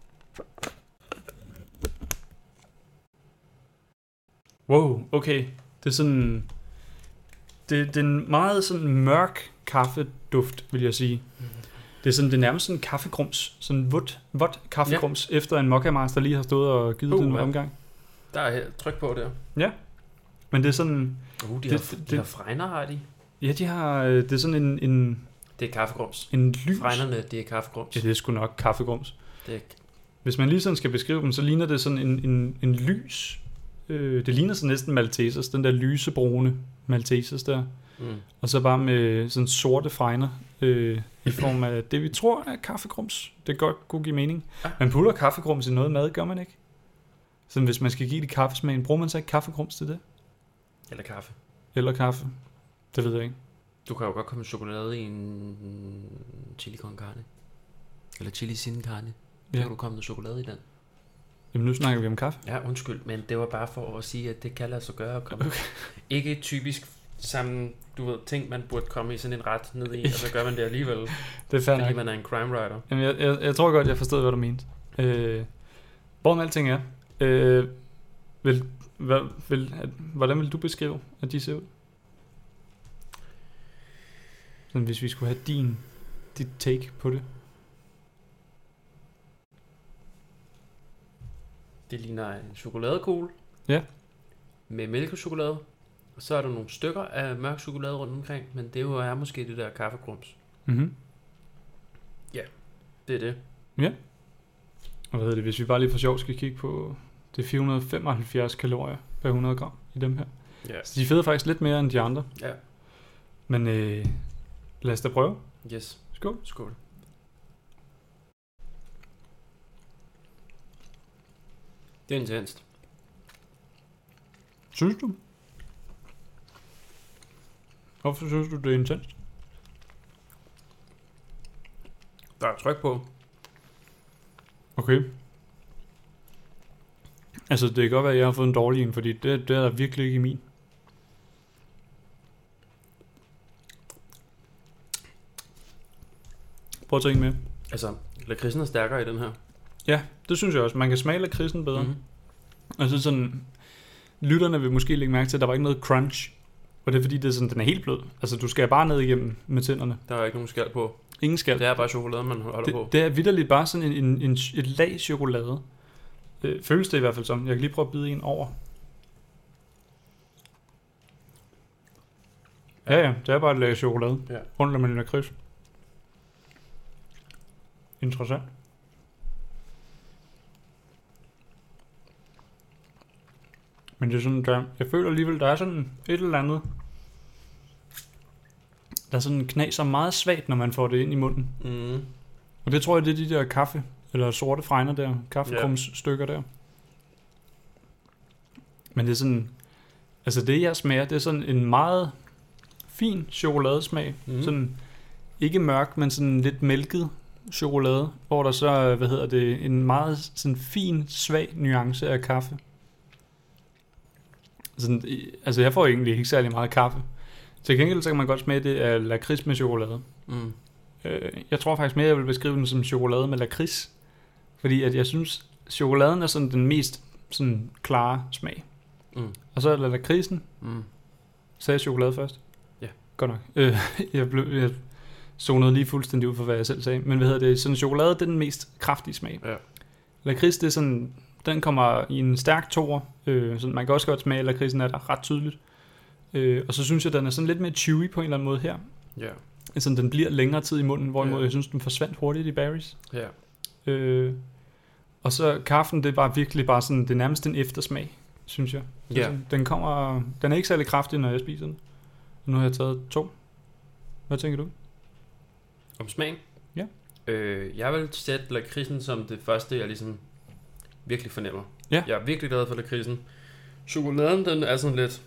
Wow, okay. Det er sådan... Det, det er en meget sådan mørk kaffeduft, vil jeg sige. Mm. Det er sådan, det er nærmest sådan en kaffegrums. Sådan vådt, vådt kaffegrums, ja. Efter en Mokka Master lige har stået og givet uh, den en ja. omgang. Der er tryk på der. Ja, men det er sådan... Uh, de, det, har, det, de har fregner, har de? Ja, de har... Det er sådan en... en det er kaffegrums. En lys. Fregnerne, det er kaffegrums. Ja, det er sgu nok kaffegrums. Det er... Hvis man lige sådan skal beskrive dem, så ligner det sådan en, en, en lys... Øh, det ligner så næsten Maltesers, den der lysebrune Maltesers der. Mm. Og så bare med sådan sorte fregner øh, i form af det, vi tror er kaffegrums. Det kan godt kunne give mening. Ja. Man putter kaffegrums i noget mad, gør man ikke? Så hvis man skal give det kaffesmagen, bruger man så ikke kaffegrums til det? Eller kaffe. Eller kaffe. Det ved jeg ikke. Du kan jo godt komme med chokolade i en chili con carne. Eller chili sin carne. Så ja. Kan du komme med chokolade i den. Jamen nu snakker vi om kaffe. Ja, undskyld, men det var bare for at sige, at det kan lade sig gøre at komme. Okay. Ikke typisk samme, du ved, ting, man burde komme i sådan en ret ned i, og så gør man det alligevel. Det er fair fordi nok. Man er en crime writer. Jamen, jeg, jeg, jeg tror godt, jeg forstod, hvad du mente. Øh, hvorom alting er, øh, vil, hvad, vil, at, hvordan vil du beskrive, at de ser ud? Sådan, hvis vi skulle have din, dit take på det. Det ligner en chokoladekugle. Ja. Med mælkechokolade. Og så er der nogle stykker af mørk chokolade rundt omkring, men det jo er måske det der kaffegrums. Mhm. Ja, det er det. Ja. Og hvad hedder det, hvis vi bare lige for sjov skal kigge på, det er fire hundrede og femoghalvfjerds kalorier per hundrede gram i dem her. Ja. Så de fedder faktisk lidt mere end de andre. Ja. Men øh, lad os da prøve. Yes. Skål. Skål. Det er intenst. Synes du? Hvorfor synes du, det er intenst? Der er tryk på. Okay. Altså, det kan godt være, at jeg har fået en dårlig en, fordi det, det er der virkelig ikke i min. Prøv at tænke med. Altså, lakridsen er stærkere i den her. Ja, det synes jeg også. Man kan smage lakridsen bedre. Mm-hmm. Altså sådan, lytterne vil måske lægge mærke til, at der var ikke noget crunch. Og det er fordi, det er sådan, den er helt blød. Altså, du skal bare ned igennem med tænderne. Der er ikke nogen skal på. Ingen skal. Det er bare chokolade, man holder det, på. Det er vitterligt bare sådan en, en, en, et lag chokolade. Øh, føles det i hvert fald som. Jeg kan lige prøve at bide en over. Ja, ja. Det er bare et lag chokolade. Ja. Rundt om en lakrids. Interessant. Men det er sådan, der, jeg føler alligevel, der er sådan et eller andet, der er sådan knaser meget svagt, når man får det ind i munden. Mm. Og det tror jeg, det er de der kaffe, eller sorte fregner der, kaffekrumsstykker der. Men det er sådan, altså det jeg smager, det er sådan en meget fin chokoladesmag. Mm. Sådan, ikke mørk, men sådan lidt mælket chokolade, hvor der så, hvad hedder det, en meget sådan fin, svag nuance af kaffe. Sådan, altså jeg får egentlig ikke særlig meget kaffe. Til gengæld så kan man godt smage det af lakrids med chokolade. Mm. Øh, jeg tror faktisk mere, jeg vil beskrive den som chokolade med lakrids. Fordi at jeg synes, chokoladen er sådan den mest sådan klare smag. Mm. Og så er der lakridsen. Mm. Sagde jeg chokolade først? Ja. Godt nok. Øh, jeg, blev, jeg zonede lige fuldstændig ud for, hvad jeg selv sagde. Men hvad hedder det? Sådan chokolade, det er den mest kraftige smag. Ja. Lakrids, det er sådan, den kommer i en stærk toer. Øh, så man kan også godt smage, at lakridsen er der ret tydeligt. Øh, og så synes jeg, den er sådan lidt mere chewy på en eller anden måde her. Ja. Altså, den bliver længere tid i munden, hvorimod ja. jeg synes, den forsvandt hurtigt i Barry's. Ja. Øh, og så kaffen, det er bare virkelig bare sådan, det er nærmest en eftersmag, synes jeg. Ja. Sådan, den kommer, den er ikke særlig kraftig, når jeg spiser den. Nu har jeg taget to. Hvad tænker du? Om smagen? Ja. Øh, jeg vil sætte lakridsen som det første, jeg ligesom virkelig fornemmer. Ja. Jeg er virkelig glad for lakridsen. Chokoladen, den er sådan lidt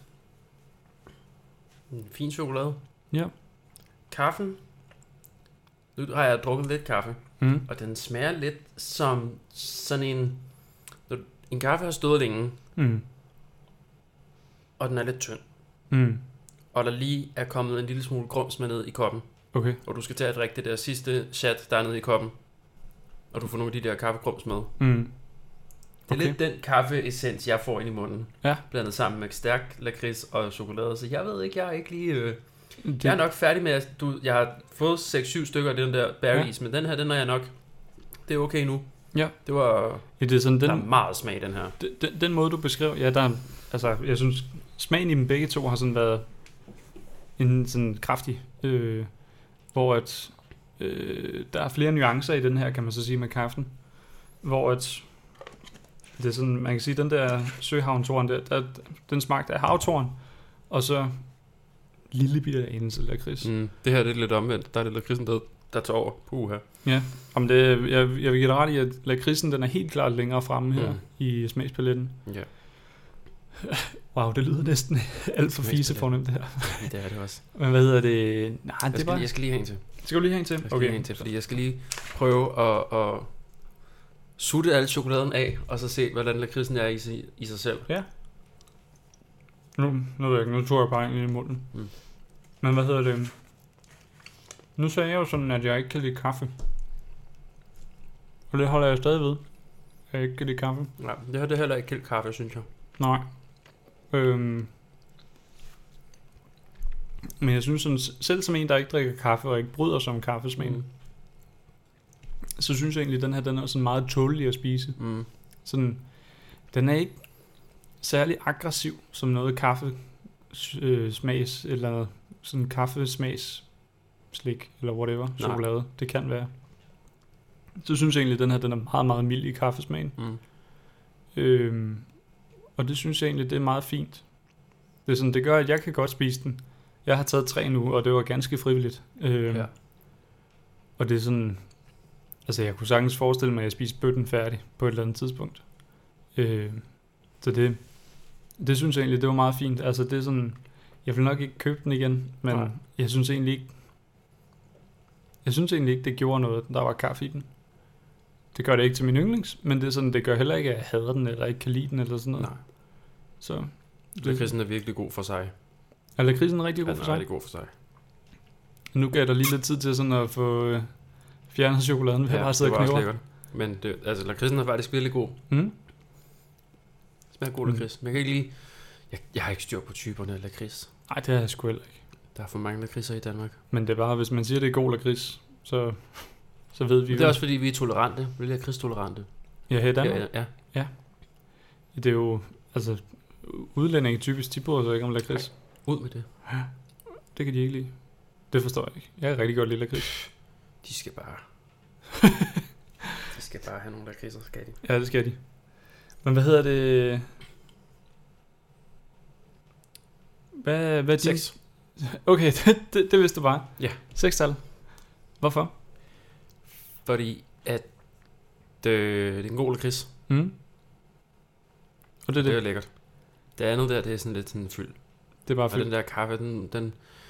en fin chokolade. Ja. Kaffen, nu har jeg drukket lidt kaffe, Mm. og den smager lidt som sådan en, en kaffe har stået længe, Mm. og den er lidt tynd, Mm. og der lige er kommet en lille smule grums med ned i koppen, Okay. og du skal til at drikke det der sidste chat, der er nede i koppen, og du får nogle af de der kaffegrums med. Mm. Det er Okay. lidt den kaffeessens, jeg får ind i munden, Ja. blandet sammen med stærk lakrids og chokolade, så jeg ved ikke, jeg er ikke lige... Øh, Det, jeg er nok færdig med, at du, jeg har fået seks syv stykker af den der Barry's, ja. Men den her, den er jeg nok... Det er okay nu. Ja. Det var... ja, det er sådan, den, der er meget smag, den her. den, den, den måde, du beskriver, ja, der er, altså, jeg synes, smagen i dem begge to har sådan været en sådan kraftig, øh, hvor at, øh, der er flere nuancer i den her, kan man så sige, med kaffen, hvor at, det er sådan, man kan sige, den der søhavntoren der, der, den smagte af havtoren, og så lille bitte anelse lakrids. Mm, det her det er lidt omvendt. Der er det lakridsen, der, der tager over. Puha. Ja, om det, jeg, jeg vil give dig ret i, at lakridsen, den er helt klart længere fremme her mm. i smagspaletten. Ja. Wow, det lyder næsten alt for fise fornemt det her. Det er det også. Men hvad hedder det? Nej, jeg, det skal, var... jeg skal lige have en til. Skal du lige have en til? Jeg skal okay. lige have en til, fordi jeg skal lige prøve at, at sutte al chokoladen af, og så se, hvordan lakridsen er i, i sig selv. Ja. Nu, nu ved jeg ikke, nu tog jeg bare ind i munden. Mm. Men hvad hedder det? Nu sagde jeg jo sådan, at jeg ikke kan lide kaffe. Og det holder jeg stadig ved. At jeg ikke kan lide kaffe. Nej, det her det er heller ikke helt kaffe, synes jeg. Nej. Øhm. Men jeg synes sådan, selv som en, der ikke drikker kaffe og ikke bryder sig om kaffesmagen, mm. så synes jeg egentlig, at den her, den er sådan meget tålelig at spise. Mm. Sådan, den er ikke særlig aggressiv som noget kaffe øh, smags, eller sådan kaffesmags slik, eller whatever, chokolade. Nej. Det kan være. Så synes jeg egentlig, at den her, den er meget, meget mild i kaffesmagen. Mm. Øhm, og det synes jeg egentlig, det er meget fint. Det er sådan, det gør, at jeg kan godt spise den. Jeg har taget tre nu, og det var ganske frivilligt. Øhm, ja. Og det er sådan, altså jeg kunne sagtens forestille mig, at jeg spiser bøtten færdig på et eller andet tidspunkt. Øhm, så det, Det synes jeg egentlig, det var meget fint. Altså det er sådan, jeg vil nok ikke købe den igen, men Nej. jeg synes egentlig ikke, jeg synes egentlig ikke, det gjorde noget, der var kaffe i den. Det gør det ikke til min yndlings, men det er sådan, det gør heller ikke, at jeg hader den, eller ikke kan lide den, eller sådan noget. Nej. Så. Lakridsen er virkelig god for sig. Er lakridsen rigtig god ja, for sig? rigtig god for sig. Nu gav der lige lidt tid til sådan at få øh, fjernet chokoladen, ved ja, bare sidde og knæver. Lækkert. Men det, altså, lakridsen er faktisk virkelig god. Mm. Smager god lakrids. Men jeg kan ikke lige... Jeg, jeg har ikke styr på typerne af lakrids. Nej, det har jeg sgu heller ikke. Der er for mange lakridser i Danmark. Men det er bare, hvis man siger, det er god lakrids, så, så ved vi... Det er også fordi, vi er tolerante. Vi er lakridstolerante. Ja, her i Danmark? Ja, ja. ja. Det er jo... Altså, udlændinge typisk, de bryder sig ikke om lakrids. Ud med det. Ja, det kan de ikke lide. Det forstår jeg ikke. Jeg er rigtig godt lide lakrids. De skal bare... de skal bare have nogle lakridser, skal de. Ja, det skal de. Men hvad hedder det... Hvad, hvad er Seks. Okay, det, det, det vidste du bare. Ja. Sekstal. Hvorfor? Fordi at øh, det er en god lakrids. Mm. Og det er det. Det er lækkert. Det andet der, det er sådan lidt sådan fyld. Det er bare fyld. Og den der kaffe, den... den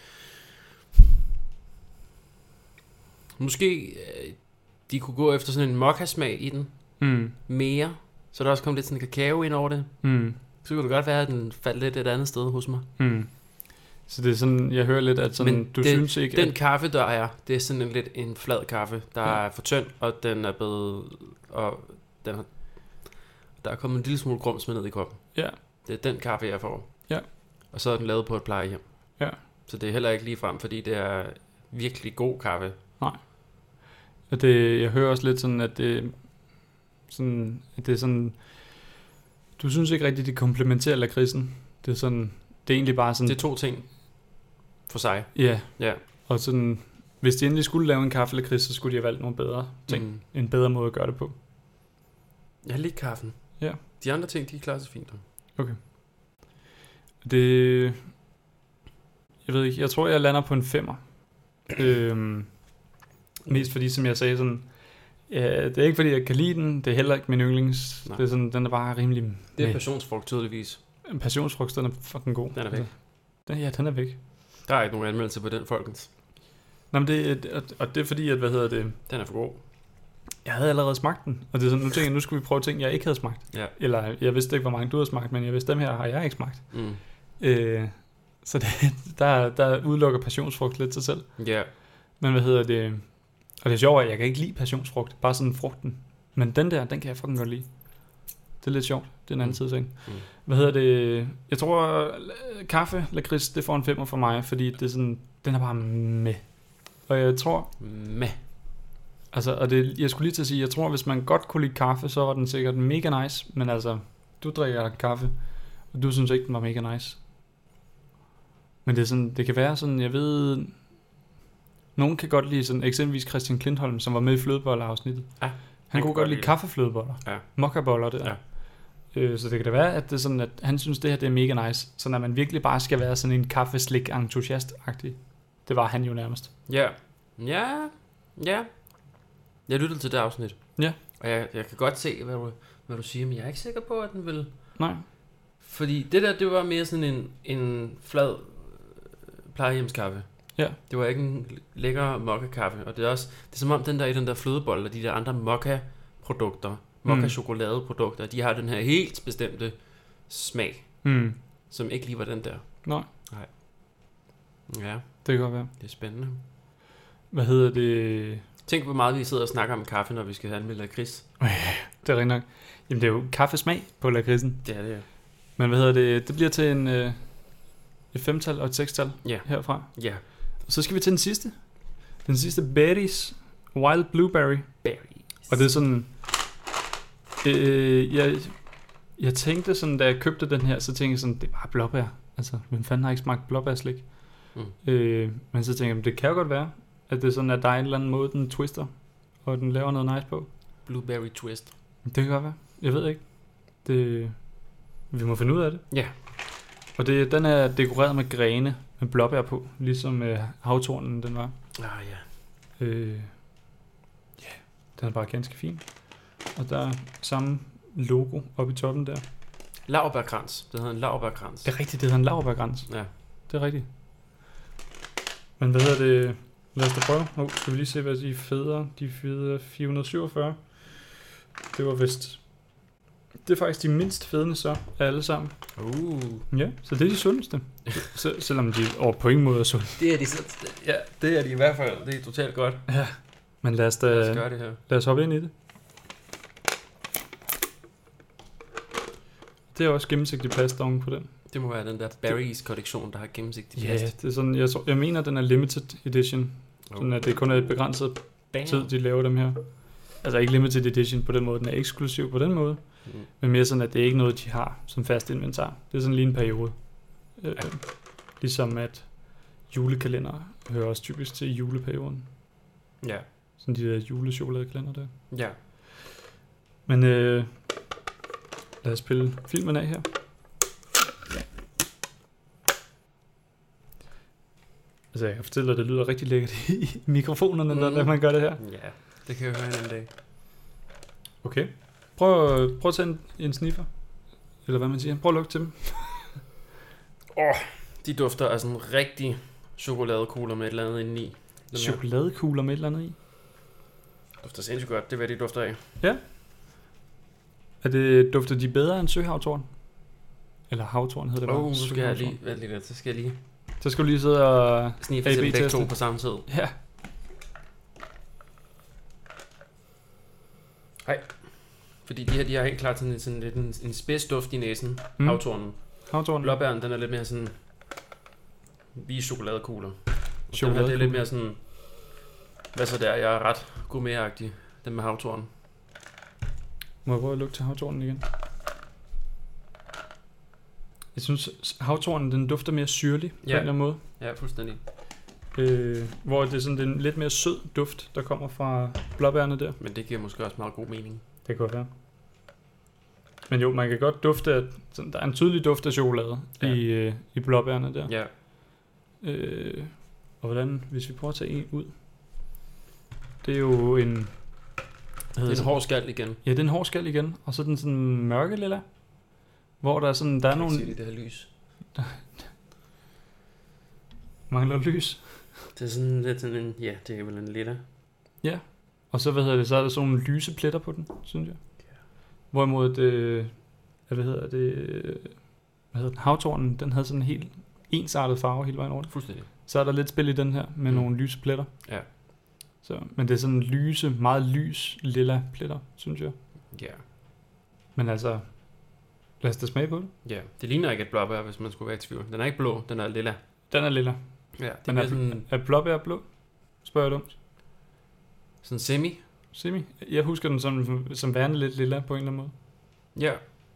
måske øh, de kunne gå efter sådan en mokka-smag i den. Mm. Mere. Så der også kom lidt sådan kakao ind over det. Mm. Så kunne det godt være, at den faldt lidt et andet sted hos mig. Mm. Så det er sådan, jeg hører lidt, at sådan, Men du den, synes ikke... Den at... kaffe, der er, det er sådan en lidt en flad kaffe, der ja. er for tynd, og den er blevet... Og den har, der er kommet en lille smule grums med ned i koppen. Ja. Det er den kaffe, jeg får. Ja. Og så er den lavet på et plejehjem. Ja. Så det er heller ikke lige frem, fordi det er virkelig god kaffe. Nej. Og det, jeg hører også lidt sådan, at det... Sådan, at det er sådan... Du synes ikke rigtigt, det komplementerer lakridsen. Det er sådan... Det er egentlig bare sådan... Det er to ting for sig. Ja. Ja. Og sådan... Hvis de endelig skulle lave en kaffe lakrids, så skulle de have valgt nogle bedre ting. Mm. En bedre måde at gøre det på. Jeg liker kaffen. Ja. De andre ting, de klarer sig fint. Okay. Det... Jeg ved ikke, jeg tror, jeg lander på en femmer. øhm, mest fordi, som jeg sagde, sådan... Ja, det er ikke fordi, jeg kan lide den. Det er heller ikke min yndlings. Nej. Det er sådan, den er bare rimelig... Det er passionsfrugt, tydeligvis. En passionsfrugt, den er fucking god. Den er væk. Altså, den, ja, den er væk. Der er ikke nogen anmeldelse på den, folkens. Nå, men det, og det er fordi, at, hvad hedder det... Den er for god. Jeg havde allerede smagt den, og det er sådan, nu tænker jeg, nu skulle vi prøve ting, jeg ikke havde smagt. Ja. Eller, jeg vidste ikke, hvor mange du havde smagt, men jeg vidste, dem her har jeg ikke smagt. Mm. Øh, så det, der, der udelukker passionsfrugt lidt sig selv. Ja. Yeah. Men hvad hedder det... Og det er sjovt, at jeg kan ikke lide passionsfrugt, bare sådan frugten. Men den der, den kan jeg fucking godt lide. Det er lidt sjovt, det er en anden mm. side mm. Hvad hedder det... Jeg tror, kaffe, lakrids, det får en femmer for mig, fordi det er sådan, den er bare med. Og jeg tror... Med. Altså, og det, jeg skulle lige til at sige, jeg tror, hvis man godt kunne lide kaffe, så var den sikkert mega nice. Men altså, du drikker kaffe, og du synes ikke, den var mega nice. Men det er sådan, det kan være sådan, jeg ved... Nogen kan godt lide sådan, eksempelvis Christian Klintholm, som var med i flødebollerafsnittet. Ja, han, han kunne godt lide kaffeflødeboller. Ja. Mokkaboller der. Ja. Øh, så det kan da være, at det er sådan, at han synes, det her det er mega nice. Så når man virkelig bare skal være sådan en kaffeslik-entusiast-agtig. Det var han jo nærmest. Ja. Ja. Ja. Jeg lyttede til det afsnit. Ja. Og jeg, jeg kan godt se, hvad du, hvad du siger, men jeg er ikke sikker på, at den vil... Nej. Fordi det der, det var mere sådan en, en flad plejehjemskaffe. Ja. Det var ikke en lækker mokka-kaffe. Og det er også, det er som om den der i den der flødebolle, og de der andre mokka-produkter, mokka-chokoladeprodukter, de har den her helt bestemte smag, mm. som ikke lige var den der. Nej. Nej. Ja. Det kan godt være. Det er spændende. Hvad hedder det? Tænk, hvor meget vi sidder og snakker om kaffe, når vi skal anmelde lakrids. Det er rigtig nok. Jamen, det er jo kaffesmag på lakridsen. Det er det, ja. Men hvad hedder det? Det bliver til en, øh, et femtal og et sekstal ja. herfra. Ja. Så skal vi til den sidste. Den sidste, Berries Wild Blueberry. Berries. Og det er sådan... Øh, jeg, jeg tænkte sådan, da jeg købte den her, så tænkte jeg sådan, det er bare blåbær. Altså, hvem fanden har ikke smagt blåbærslik? Mm. Øh, men så tænkte jeg, det kan jo godt være, at det er sådan, at der er en eller anden måde, den twister, og den laver noget nice på. Blueberry twist. Det kan godt være. Jeg ved ikke. Det, vi må finde ud af det. Ja. Og det, den er dekoreret med grene med blåbær på, ligesom øh, havtornen den var. Ah ja. Øh, ja, den er bare ganske fin. Og der er samme logo oppe i toppen der. Laurbærkrans. Det hedder en laurbærkrans. Det er rigtigt, det hedder en laurbærkrans. Ja. Det er rigtigt. Men hvad hedder det? Lad os da prøve. Nu skal vi lige se, hvad de federe. De fede fire hundrede syvogfyrre. Det var vist... Det er faktisk de mindst fedende så, af alle sammen. Uh. Ja, så det er de sundeste. Så, selvom de over på ingen måde er sunde. Det er de, ja, det er de i hvert fald. Det er totalt godt. Ja, men lad os da... Lad os gøre det her. Lad os hoppe ind i det. Det er også gennemsigtig plast oven på den. Det må være den der Barry's kollektion, der har gennemsigtig plast. Ja, det er sådan, jeg, tror, jeg mener, den er limited edition. Oh. Sådan at det kun er et begrænset Bam. tid, de laver dem her. Altså ikke limited edition på den måde, den er eksklusiv på den måde. Mm. Men mere sådan, at det er ikke noget, de har som fast inventar. Det er sådan lige en periode. Ja. Øh, ligesom at julekalender hører også typisk til juleperioden. Ja. Sådan de der julechokoladekalender der. Ja. Men øh, lad os spille filmen af her. Altså jeg kan fortælle dig, at det lyder rigtig lækkert i mikrofonerne, mm. når man gør det her. Ja, det kan jeg høre en anden dag. Okay. Prøv, prøv at tage en, en sniffer. Eller hvad man siger. Prøv at lugte til dem. Åh, oh, de dufter af sådan en rigtig chokoladekugler med et eller andet indeni. Chokoladekugler med et eller andet i? Det dufter sindssygt godt, det er hvad de dufter af. Ja. Er det, dufter de bedre end søhavtorn? Eller havtorn hedder det bare. Åh, oh, nu skal jeg lige, vent lige, så skal jeg lige... Så skal du lige sidde og... sniffe til begge to på samme tid. Ja. Hej. Fordi de her, de har helt klart sådan, sådan lidt en, en spids duft i næsen. Mm. Havtornen. Havtornen. Blåbæren, den er lidt mere sådan... hvide chokoladekugler. Chokolade. Det er lidt mere sådan... Hvad så der? Jeg er ret gourmet-agtig. Den med havtornen. Må jeg prøve at lugte til havtornen igen? Jeg synes, havtornen, den dufter mere syrlig på ja. en eller anden måde. Ja, fuldstændig. Øh, hvor det er sådan den lidt mere sød duft, der kommer fra blåbærne der. Men det giver måske også meget god mening. Det kan godt være. Men jo, man kan godt dufte, at sådan, der er en tydelig duft af chokolade ja. i, øh, i blåbærne der. Ja. Øh, og hvordan, hvis vi prøver at tage en ud. Det er jo en... Det er en hård skal igen. Ja, det er en hård skal igen. Og så den sådan mørke lilla. Hvor der er sådan, der er nogle... Jeg kan det her lys. Mangler lys. Det er sådan lidt sådan en, ja, det er vel en lilla. Ja, og så, hvad hedder det, så er der sådan nogle lyse pletter på den, synes jeg. Ja. Hvorimod det, hvad hedder det, hvad hedder den, havtornen, den havde sådan en helt ensartet farve hele vejen rundt. Fuldstændig. Så er der lidt spil i den her, med mm. nogle lyse pletter. Ja. Så, men det er sådan lyse, meget lys, lilla pletter, synes jeg. Ja. Men altså... Lad os da smage på det. Ja, det ligner ikke et blåbær, hvis man skulle være i tvivl. Den er ikke blå, den er lilla. Den er lilla. Ja, det men er, sådan... er blåbær blå? Spørger jeg dumt. Sådan semi? Semi? Jeg husker den som, som værende lidt lilla på en eller anden måde. Ja.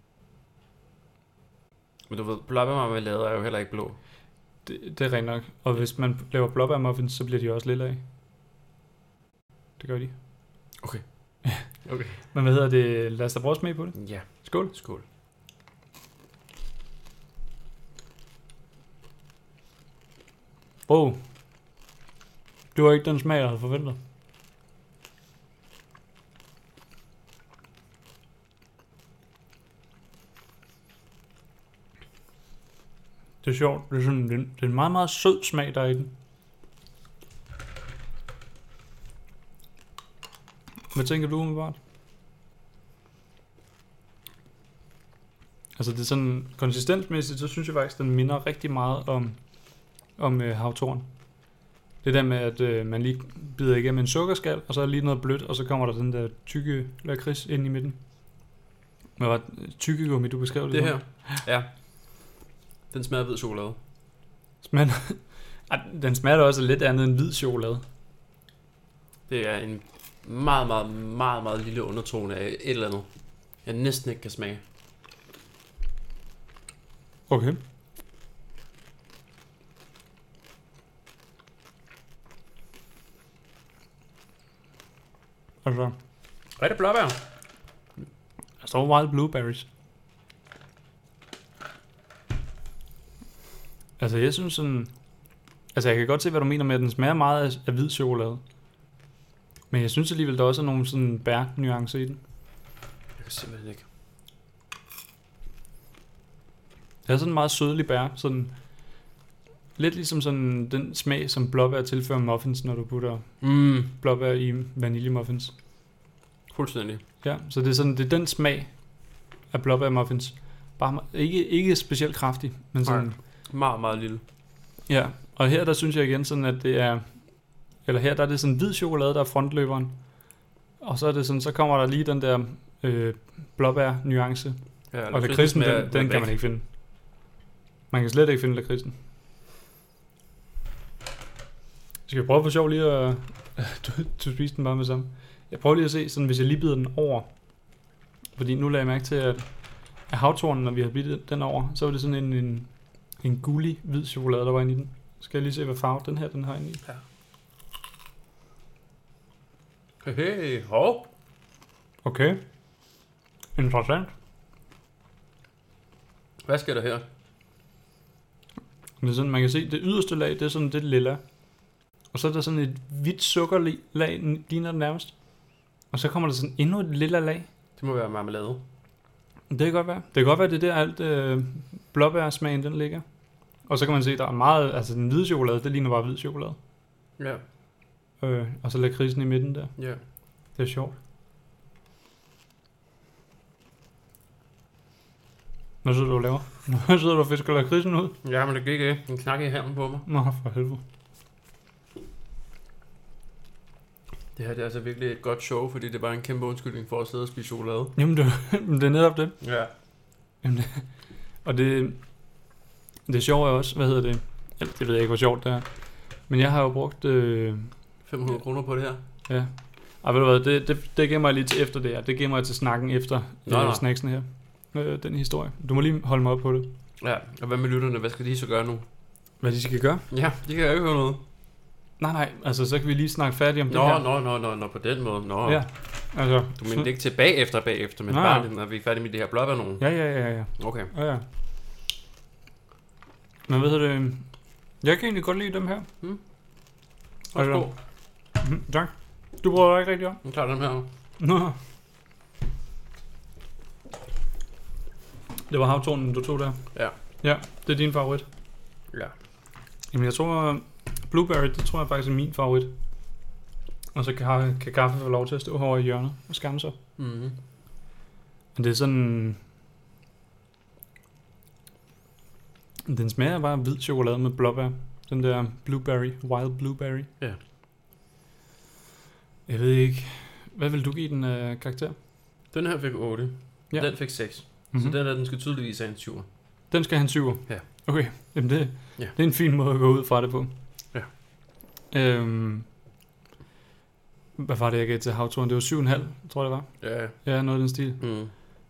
Men du ved, blåbærmarmelade er jo heller ikke blå. Det, det er rent nok. Og hvis man laver blåbærmuffins, så bliver de også lilla af. Det gør de. Okay. Okay. Men hvad hedder det? Lad os da prøve at smage på det. Ja. Skål. Skål. Åh, oh, det var ikke den smag, jeg havde forventet. Det er sjovt, det er sådan det er en meget, meget sød smag, der er i den. Hvad tænker du umiddelbart? Altså det er sådan konsistensmæssigt, så synes jeg faktisk, den minder rigtig meget om om øh, havtorn. Det der med, at øh, man lige bider igennem en sukkerskal, og så er lige noget blødt, og så kommer der den der tykke lakrids ind i midten. Hvad var det? Tykkegummi, du beskrev det? Det her? Ja. Den smager hvid chokolade. Smager, den smager også lidt andet end hvid chokolade. Det er en meget, meget, meget, meget lille undertone af et eller andet, jeg næsten ikke kan smage. Okay. Altså, er det blåbær? Der står wild blueberries. Altså jeg synes sådan... Altså jeg kan godt se, hvad du mener med, at den smager meget af, af hvid chokolade. Men jeg synes alligevel, der også er nogle sådan bær-nuancer i den. Jeg kan simpelthen ikke. Det er sådan en meget sødlig bær. Sådan, lidt ligesom sådan den smag, som blåbær tilfører muffins, når du putter mm. blåbær i vaniljemuffins. Fuldstændig. Ja, så det er sådan, det er den smag af blåbær muffins. Bare ikke, ikke specielt kraftig, men sådan... Nej. Meget, meget lille. Ja, og her der synes jeg igen sådan, at det er... Eller her der er det sådan hvid chokolade, der er frontløberen. Og så er det sådan, så kommer der lige den der øh, blåbær-nuance. Ja, og lakridsen, den, den kan man ikke finde. Man kan slet ikke finde lakridsen. Skal vi prøve for sjov lige at... du, du spiser den bare med sammen. Jeg prøver lige at se, sådan, hvis jeg lige bider den over. Fordi nu lader jeg mærke til, at af havtornen, når vi har bidt den over, så var det sådan en, en, en gullig hvid chokolade, der var inde i den. Skal jeg lige se, hvad farve den her, den har inde i. Ja. Hey, hov. Okay. Interessant. Hvad sker der her? Det er sådan, man kan se, det yderste lag, det er sådan lidt lilla. Og så er der sådan et hvidt sukkerlag, ligner det nærmest. Og så kommer der sådan endnu et lilla lag. Det må være marmelade. Det kan godt være. Det kan godt være, det er der alt øh, blåbærsmagen, den ligger. Og så kan man se, der er meget, altså den hvide chokolade, det ligner bare hvid chokolade. Ja. Øh, og så lakridsen i midten der. Ja. Det er sjovt. Hvad sidder du og laver? Hvad sidder du og fisker lakridsen ud? Ja, men det gik ikke. Den knakkede i handen på mig. Nå, for helvede. Det her det er altså virkelig et godt show, fordi det var en kæmpe undskyldning for at sidde og spise chokolade. Jamen, det, det er netop det. Ja. Jamen, det, og det, det sjove er også, hvad hedder det? Det ved jeg ikke, hvor sjovt det er. Men jeg har jo brugt... Øh, fem hundrede kroner på det her. Ja. Og ved du hvad, det, det, det gemmer jeg lige til efter det her. Det gemmer jeg til snakken efter øh, snacksen her. Øh, den historie. Du må lige holde mig op på det. Ja, og hvad med lytterne? Hvad skal de så gøre nu? Hvad de skal gøre? Ja, de kan jo ikke høre noget. Nej, nej, altså så kan vi lige snakke færdigt om nå, det her. Nå, nå, nå, nå, på den måde. Nå. Ja, altså... Du mener ikke til bagefter, bagefter, men nej, bare når vi er færdige med det her blåbær nogen? Ja, ja, ja, ja. Okay. Ja, ja. Men hvad hedder det? Jeg kan egentlig godt lide dem her. Hmm. Altså, mm, tak. Du bruger dig ikke rigtig om? Jeg tager dem her. Nå. Det var havtornen, du tog der? Ja. Ja, det er din favorit? Ja. Jamen jeg tror, blueberry, det tror jeg faktisk er min favorit. Og så kan, kan kaffe få lov til at stå herovre i hjørnet og skamme sig. Mhm. Men det er sådan... Den smager bare hvid chokolade med blåbær. Den der blueberry, wild blueberry. Ja. Jeg ved ikke... Hvad vil du give den uh, karakter? Den her fik otte. Ja. Den fik seks. Mm-hmm. Så den der, den skal tydeligvis have en syver. Den skal have en syver? Ja. Okay, jamen det, ja. det er en fin måde at gå ud fra det på. Ja. Øhm, hvad var det, jeg gav til havturen? Det var syv komma fem, tror jeg det var. Ja. Ja, noget af den stil. Mm.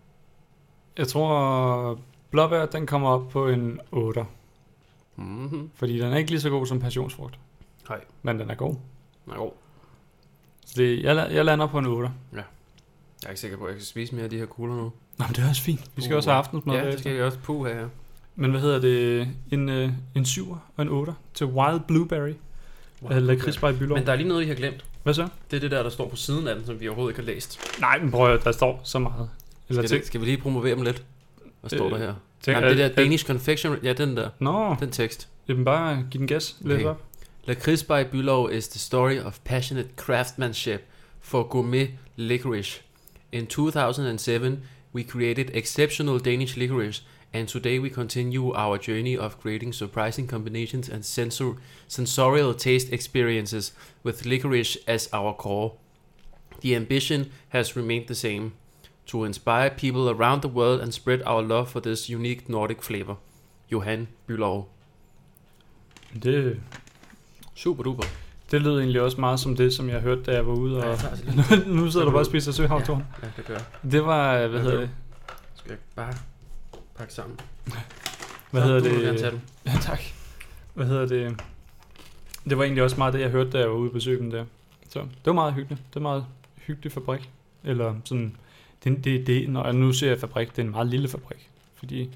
Jeg tror, blåbær, den kommer op på en otter. Mm-hmm. Fordi den er ikke lige så god som passionsfrugt. Nej. Men den er god. Den er god. Så det, jeg, jeg lander på en otter. Ja. Jeg er ikke sikker på, at jeg kan spise mere af de her kugler nu. Nå, men det er også fint. Vi skal uh, også have aftensmad. Ja, det skal jeg også. Puh her. Men hvad hedder det? En, øh, en syver og en otter til Wild Blueberry. Wild Lakridsbar i Bylov. Men der er lige noget, I har glemt. Hvad så? Det er det der, der står på siden af den, som vi overhovedet ikke har læst. Nej, men prøv at der står så meget. Eller skal, det, skal vi lige promovere dem lidt? Hvad står øh, der her? Tænk, Nej, det der Danish Confection, ja, den der. Nå. Den tekst. Jamen bare giv den gas. Læs op. Lakridsbar i Bylov is the story of passionate craftsmanship for gourmet licorice. In two thousand seven, we created exceptional Danish licorice, and today we continue our journey of creating surprising combinations and sensor, sensorial taste experiences with licorice as our core. The ambition has remained the same, to inspire people around the world and spread our love for this unique Nordic flavor. Johan Bylov. Det... Super duper. Det lød egentlig også meget som det, som jeg hørte, da jeg var ude, og ja, nu sidder du bare og spiser søhavtorn. Ja, ja, det gør jeg. Det var, hvad hedder det? Skal jeg bare pakke sammen? Hvad hedder det? Gerne tage dem. Ja, tak. Hvad hedder det? Det var egentlig også meget det, jeg hørte, da jeg var ude på besøge dem der. Så det var meget hyggeligt. Det var meget hyggelig fabrik. Eller sådan, det, det, det, når jeg nu ser jeg fabrik, det er en meget lille fabrik. Fordi,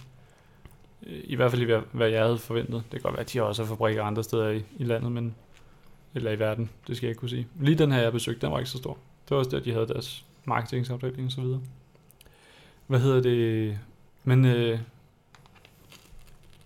i hvert fald hvad jeg havde forventet. Det kan godt være, at de også har fabrikker andre steder i, i landet, men eller i verden, det skal jeg ikke kunne sige. Lige den her, jeg besøgte, den var ikke så stor. Det var også der, de havde deres marketingsafdeling og så videre. Hvad hedder det? Men øh,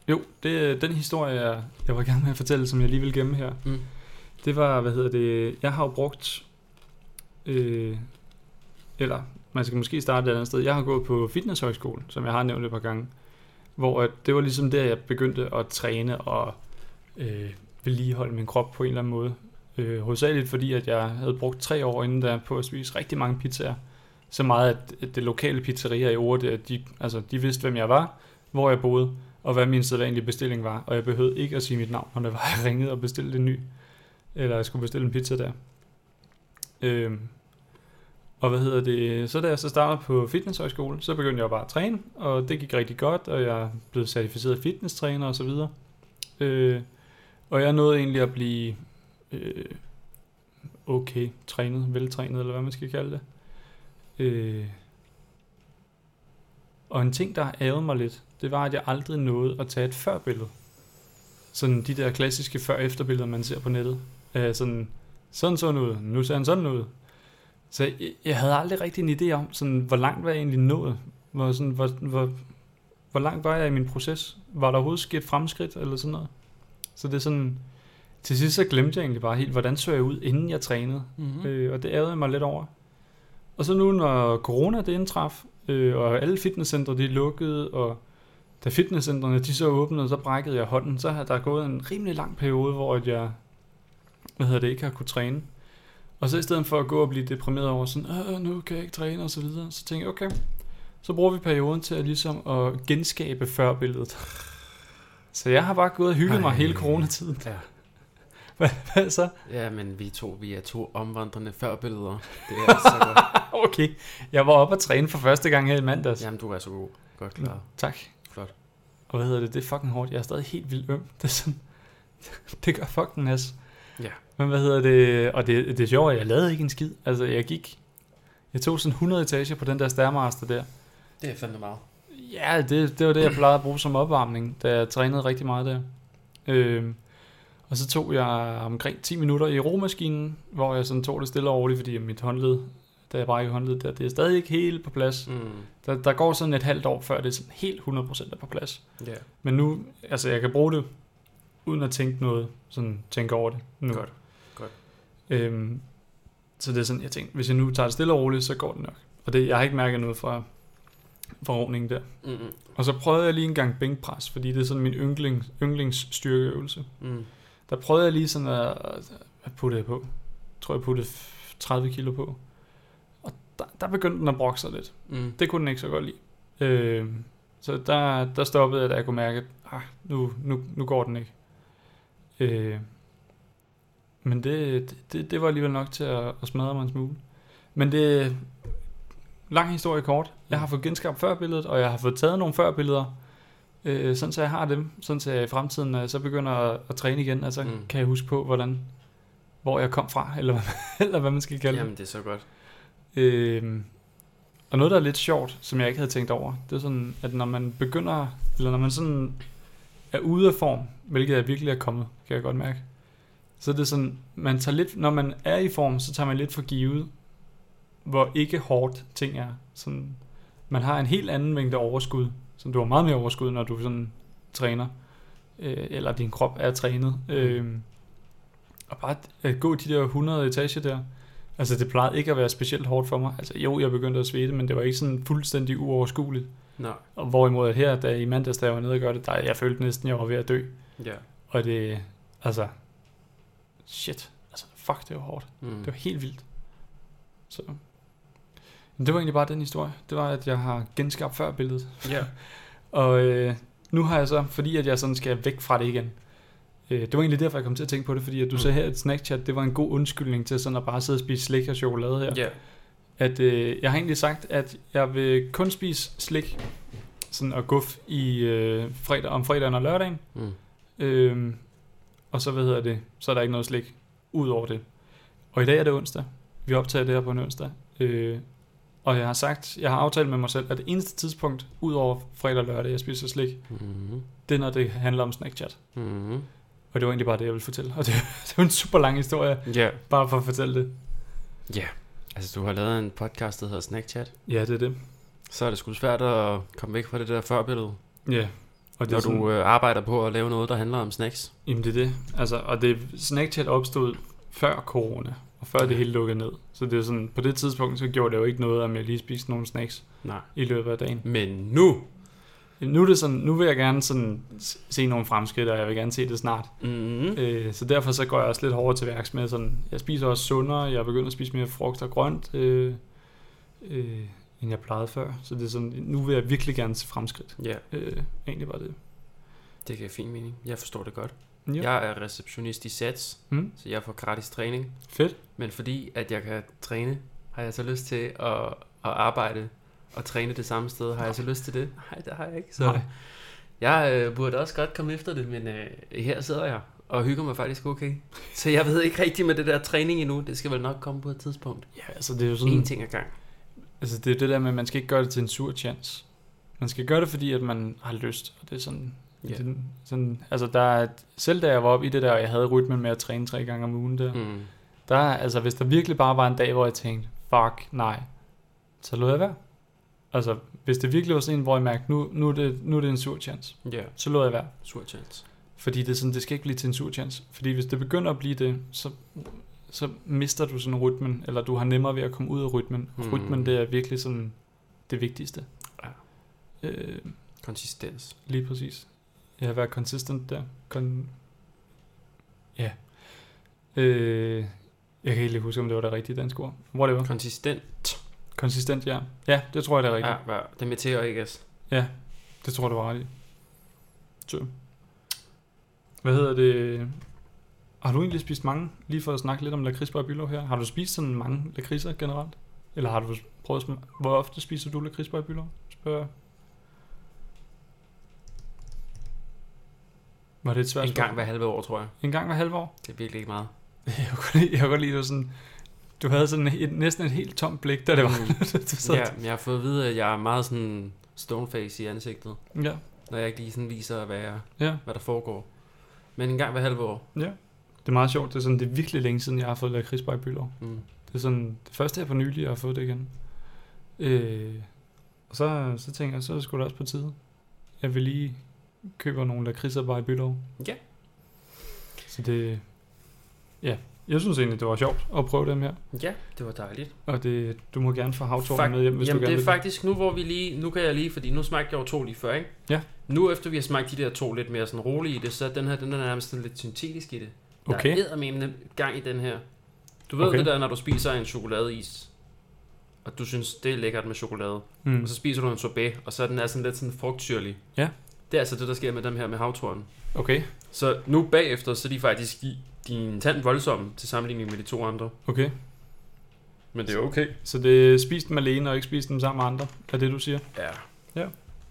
Jo, det, den historie, jeg, jeg var i gang med at fortælle, som jeg lige vil gemme her, mm. det var, hvad hedder det, jeg har jo brugt, øh, eller man skal måske starte et andet sted, jeg har gået på fitnesshøjskole, som jeg har nævnt et par gange, hvor at det var ligesom der, jeg begyndte at træne og øh, vedligeholde min krop på en eller anden måde. Øh, hovedsageligt fordi, at jeg havde brugt tre år inden der på at spise rigtig mange pizzaer. Så meget, at det lokale pizzeria i Oure, at de, altså, de vidste, hvem jeg var, hvor jeg boede, og hvad min sædvanlige bestilling var. Og jeg behøvede ikke at sige mit navn, når det var, jeg ringede og bestilte en ny. Eller jeg skulle bestille en pizza der. Øh, og hvad hedder det? Så da jeg så startede på fitnesshøjskole, så begyndte jeg bare at træne, og det gik rigtig godt, og jeg blev certificeret fitnesstræner og så videre. Øh, og jeg nåede egentlig at blive øh, okay trænet, veltrænet, eller hvad man skal kalde det. Øh, og en ting, der ærgede mig lidt, det var, at jeg aldrig nåede at tage et førbillede. Sådan de der klassiske før-efter-billeder, man ser på nettet. Øh, sådan, sådan sådan ud, nu ser han sådan ud. Så jeg, jeg havde aldrig rigtig en idé om, sådan, hvor langt var jeg egentlig nået. Hvor, sådan, hvor, hvor, hvor langt var jeg i min proces? Var der overhovedet sket fremskridt, eller sådan noget? Så det er sådan, til sidst så glemte jeg egentlig bare helt, hvordan så jeg ud, inden jeg trænede. Mm-hmm. Øh, og det ærgede jeg mig lidt over. Og så nu, når corona det indtraf, øh, og alle fitnesscentre de er lukket, og da fitnesscentrene de så åbnede, så brækkede jeg hånden, så har der gået en rimelig lang periode, hvor jeg hvad hedder det, ikke har kunne træne. Og så i stedet for at gå og blive deprimeret over sådan, Åh, nu kan jeg ikke træne og så videre, så tænkte jeg, okay, så bruger vi perioden til at ligesom at genskabe førbilledet. Så jeg har bare gået og hygget mig hele coronatiden. Ja. Hvad, hvad så? Ja, men vi to, vi er to omvandrende førbilleder. Det er så godt. Okay, jeg var oppe at træne for første gang her i mandags. Jamen, du er så god. Godt klar. Nå, tak. Flot. Og hvad hedder det? Det er fucking hårdt. Jeg er stadig helt vildt øm. Det er sådan, det gør fucking nas. Ja. Men hvad hedder det? Og det, det er sjovt, at jeg lavede ikke en skid. Altså, jeg gik, jeg tog sådan hundrede etager på den der Stairmaster der. Det er fandme meget. Ja, det, det var det, jeg plejede at bruge som opvarmning, da jeg trænede rigtig meget der. Øhm, og så tog jeg omkring ti minutter i romaskinen, hvor jeg sådan tog det stille og roligt, fordi mit håndled, da jeg brækkede håndled der, det er stadig ikke helt på plads. Mm. Der, der går sådan et halvt år, før det er sådan helt hundrede procent er på plads. Yeah. Men nu, altså jeg kan bruge det, uden at tænke noget, sådan tænke over det nu. Godt, godt. Øhm, så det er sådan, jeg tænkte, hvis jeg nu tager det stille og roligt, så går det nok. Og det, jeg har ikke mærket noget fra forordningen der. Mm-hmm. Og så prøvede jeg lige en gang bænkpres, fordi det er sådan min yndling, yndlingsstyrkeøvelse. Mm. Der prøvede jeg lige sådan at, at putte det på. Jeg tror, jeg puttede tredive kilo på. Og der, der begyndte den at brokke sig lidt. Mm. Det kunne den ikke så godt lide. Øh, så der, der stoppede jeg, da jeg kunne mærke, at ah, nu, nu, nu går den ikke. Øh, men det, det, det var alligevel nok til at, at smadre mig en smule. Men det lang historie kort. Jeg har fået genskabt førbilledet, og jeg har fået taget nogle førbilleder, øh, sådan så jeg har dem, sådan så jeg i fremtiden, når jeg så begynder at, at træne igen, altså mm. kan jeg huske på, hvordan, hvor jeg kom fra, eller, eller hvad man skal kalde det. Jamen, det er så godt. Øh, og noget, der er lidt sjovt, som jeg ikke havde tænkt over, det er sådan, at når man begynder, eller når man sådan er ude af form, hvilket jeg virkelig er kommet, kan jeg godt mærke, så det er sådan, man tager lidt, når man er i form, så tager man lidt for givet, hvor ikke hårdt ting er. Sådan, man har en helt anden mængde overskud, så du har meget mere overskud, når du sådan træner, øh, eller din krop er trænet. Øh, og bare at gå de der hundrede etager der, altså det plejede ikke at være specielt hårdt for mig. Altså jo, jeg begyndte at svede, men det var ikke sådan fuldstændig uoverskueligt. Nej. Og hvorimod at her, da i mandags, da jeg var nede og gøre det, der, jeg følte næsten, jeg var ved at dø. Ja. Og det, altså, shit, altså fuck, det var hårdt. Mm. Det var helt vildt. Så men det var egentlig bare den historie. Det var, at jeg har genskabt før billedet. Ja. Og øh, nu har jeg så, fordi at jeg sådan skal væk fra det igen. Øh, det var egentlig derfor, jeg kom til at tænke på det, fordi at du mm. sagde her, at Snackchat, det var en god undskyldning til sådan at bare sidde og spise slik og chokolade her. Ja. At øh, jeg har egentlig sagt, at jeg vil kun spise slik sådan og guf i øh, fredag, om fredagen og lørdagen. Mm. Øh, og så, hvad hedder det, så er der ikke noget slik ud over det. Og i dag er det onsdag. Vi optager det her på en onsdag. Øh, og jeg har sagt, jeg har aftalt med mig selv, at det eneste tidspunkt, ud over fredag og lørdag, jeg spiser slik, mm-hmm. det er, når det handler om Snackchat. Mm-hmm. Og det var egentlig bare det, jeg ville fortælle. Og det, det var en super lang historie, yeah. bare for at fortælle det. Ja, yeah. Altså du har lavet en podcast, der hedder Snackchat. Ja, det er det. Så er det sgu svært at komme væk fra det der førbillede. Ja, yeah. Og det når sådan, du øh, arbejder på at lave noget, der handler om snacks? Jamen det er det. Altså, og det Snackchat opstod før corona, og før det hele lukkede ned. Så det er sådan, på det tidspunkt, så gjorde det jo ikke noget, om jeg lige spiste nogle snacks Nej. i løbet af dagen. Men nu... Nu, er det sådan, nu vil jeg gerne sådan se nogle fremskridt, og jeg vil gerne se det snart. Mm-hmm. Øh, så derfor så går jeg også lidt hårdere til værks med sådan, jeg spiser også sundere, jeg er begyndt at spise mere frugt og grønt, øh, øh, end jeg plejede før. Så det er sådan, nu vil jeg virkelig gerne se fremskridt. Ja. Øh, egentlig bare det. Det giver fin mening. Jeg forstår det godt. Ja. Jeg er receptionist i Sats, mm. så jeg får gratis træning. Fedt. Men fordi at jeg kan træne, har jeg så lyst til at, at arbejde og træne det samme sted. Har jeg så lyst til det? Nej, det har jeg ikke. Så Nej. Jeg øh, burde også godt komme efter det, men øh, her sidder jeg og hygger mig faktisk okay. Så jeg ved ikke rigtig med det der træning endnu. Det skal vel nok komme på et tidspunkt. Ja, altså det er jo sådan... En ting ad gang. Altså det er det der med, at man skal ikke gøre det til en sur chance. Man skal gøre det, fordi at man har lyst. Og det er sådan... Yeah. Det, sådan altså der er, selv da jeg var oppe i det der, og jeg havde rytmen med at træne tre gange om ugen der, mm. der altså hvis der virkelig bare var en dag, hvor jeg tænkte, fuck, nej, så lod jeg være. Altså, hvis det virkelig var sådan en, hvor jeg mærkte, nu, nu, er, det, nu er det en sur chance, yeah. så lod jeg være. Sur chance. Fordi det, er sådan, det skal ikke blive til en sur chance. Fordi hvis det begynder at blive det, så, så mister du sådan rytmen, eller du har nemmere ved at komme ud af rytmen. Mm. Rytmen, det er virkelig sådan det vigtigste. Ja. Øh, Konsistens. Lige præcis. Jeg har været consistent der. Kon- ja. Øh, jeg kan ikke huske, om det var det rigtige danske ord. Whatever. Konsistent. Konsistent, ja. Ja, det tror jeg, det er rigtigt. Ja, det er med til og ikke as. Ja, det tror jeg, det var rigtigt. Så. Hvad hedder det? Har du egentlig spist mange? Lige for at snakke lidt om lakridsbar i Bylov her. Har du spist sådan mange lakridser generelt? Eller har du prøvet at smage? Hvor ofte spiser du lakridsbar i Bylov? Spørger jeg. Var det et svært En gang hver halve år, tror jeg. En gang hver halve år? Det er virkelig ikke meget. Jeg kunne godt lide, jeg kunne godt lide, du sådan... Du havde sådan et, næsten et helt tomt blik, da det var. Mm. Ja, jeg har fået at vide, at jeg er meget sådan stoneface i ansigtet. Ja. Når jeg ikke lige sådan viser, hvad, jeg, ja. hvad der foregår. Men en gang hver halve år. Ja. Det er meget sjovt. Det er sådan, det er virkelig længe siden, jeg har fået lakridsbar i Bylov. Mm. Det er sådan, det første her for nylig, jeg har fået det igen. Øh, og så, så tænker jeg, så er det sgu da også på tide. Jeg vil lige købe nogle lakridser bare i Bylov. Ja. Så det... Ja. Jeg synes egentlig, det var sjovt at prøve dem her. Ja, det var dejligt. Og det, du må gerne få havtorven med hjem, hvis jamen du gerne det er vil. faktisk nu, hvor vi lige... Nu kan jeg lige, fordi nu smagte jeg jo to lige før, ikke? Ja. Nu efter vi har smagt de der to lidt mere sådan rolige i det, så den her, den er nærmest sådan lidt syntetisk i det. Der okay. er eddermame gang i den her. Du ved okay. det der, når du spiser en chokoladeis, og du synes, det er lækkert med chokolade. Mm. Og så spiser du en sorbet, og så er den er sådan lidt sådan frugtsyrlig. Ja. Det er altså det, der sker med dem her med havtorven. Okay. Så nu bagefter, så er de faktisk de, de er en tand voldsomme til sammenligning med de to andre. Okay. Men det er okay. Så det er spist dem alene, og ikke spist dem sammen med andre, er det, du siger? Ja. Ja.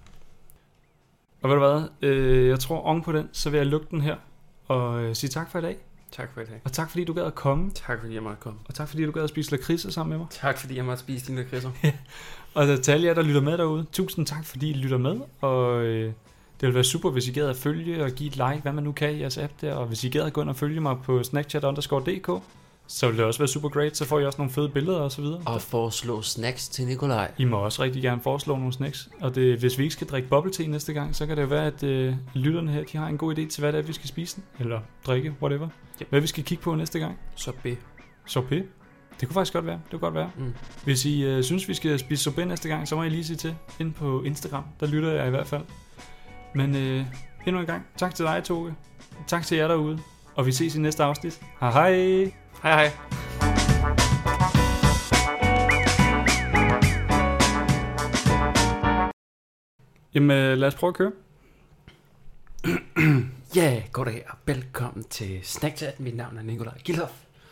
Og ved du hvad, øh, jeg tror oven på den, så vil jeg lukke den her, og øh, sige tak for i dag. Tak for i dag. Og tak fordi du gad at komme. Tak fordi jeg måtte komme. Og tak fordi du gad at spise lakridser sammen med mig. Tak fordi jeg måtte spise dine lakridser. Og til alle jer, der lytter med derude, tusind tak fordi I lytter med, og øh, det vil være super, hvis I gad at følge og give et like, hvad man nu kan i jeres app der, og hvis I gad at gå ind og følge mig på snackchat underscore dk, så vil det også være super great, så får I også nogle fede billeder og så videre. Og foreslå snacks til Nikolaj. I må også rigtig gerne foreslå nogle snacks, og det, hvis vi ikke skal drikke bubble tea næste gang, så kan det jo være, at øh, lytterne her, de har en god idé til, hvad det er, vi skal spise, eller drikke, whatever. Yep. Hvad vi skal kigge på næste gang. Sorbet. Sorbet? Det kunne faktisk godt være. Det kunne godt være. Mm. Hvis I øh, synes, vi skal spise sorbet næste gang, så må I lige sige til ind på Instagram. Der lytter jeg i hvert fald. Men øh, endnu en gang, tak til dig, Toge. Tak til jer derude. Og vi ses i næste afsnit. Hej hej. Hej hej. Jamen, øh, lad os prøve at køre. Ja, yeah, goddag og velkommen til Snackchat. Mit navn er Nikolaj Gilhoff.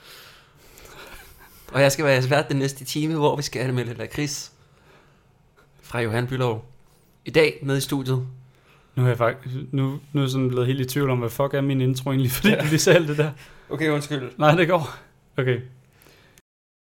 Og jeg skal være svært den næste time, hvor vi skal anmelde lakrids fra Johan Bylov. I dag med i studiet. Nu er jeg faktisk nu, nu er jeg sådan blevet helt i tvivl om, hvad fuck er min intro egentlig, fordi ja. Du lige sagde alt det der. Okay, undskyld. Nej, det går. Okay.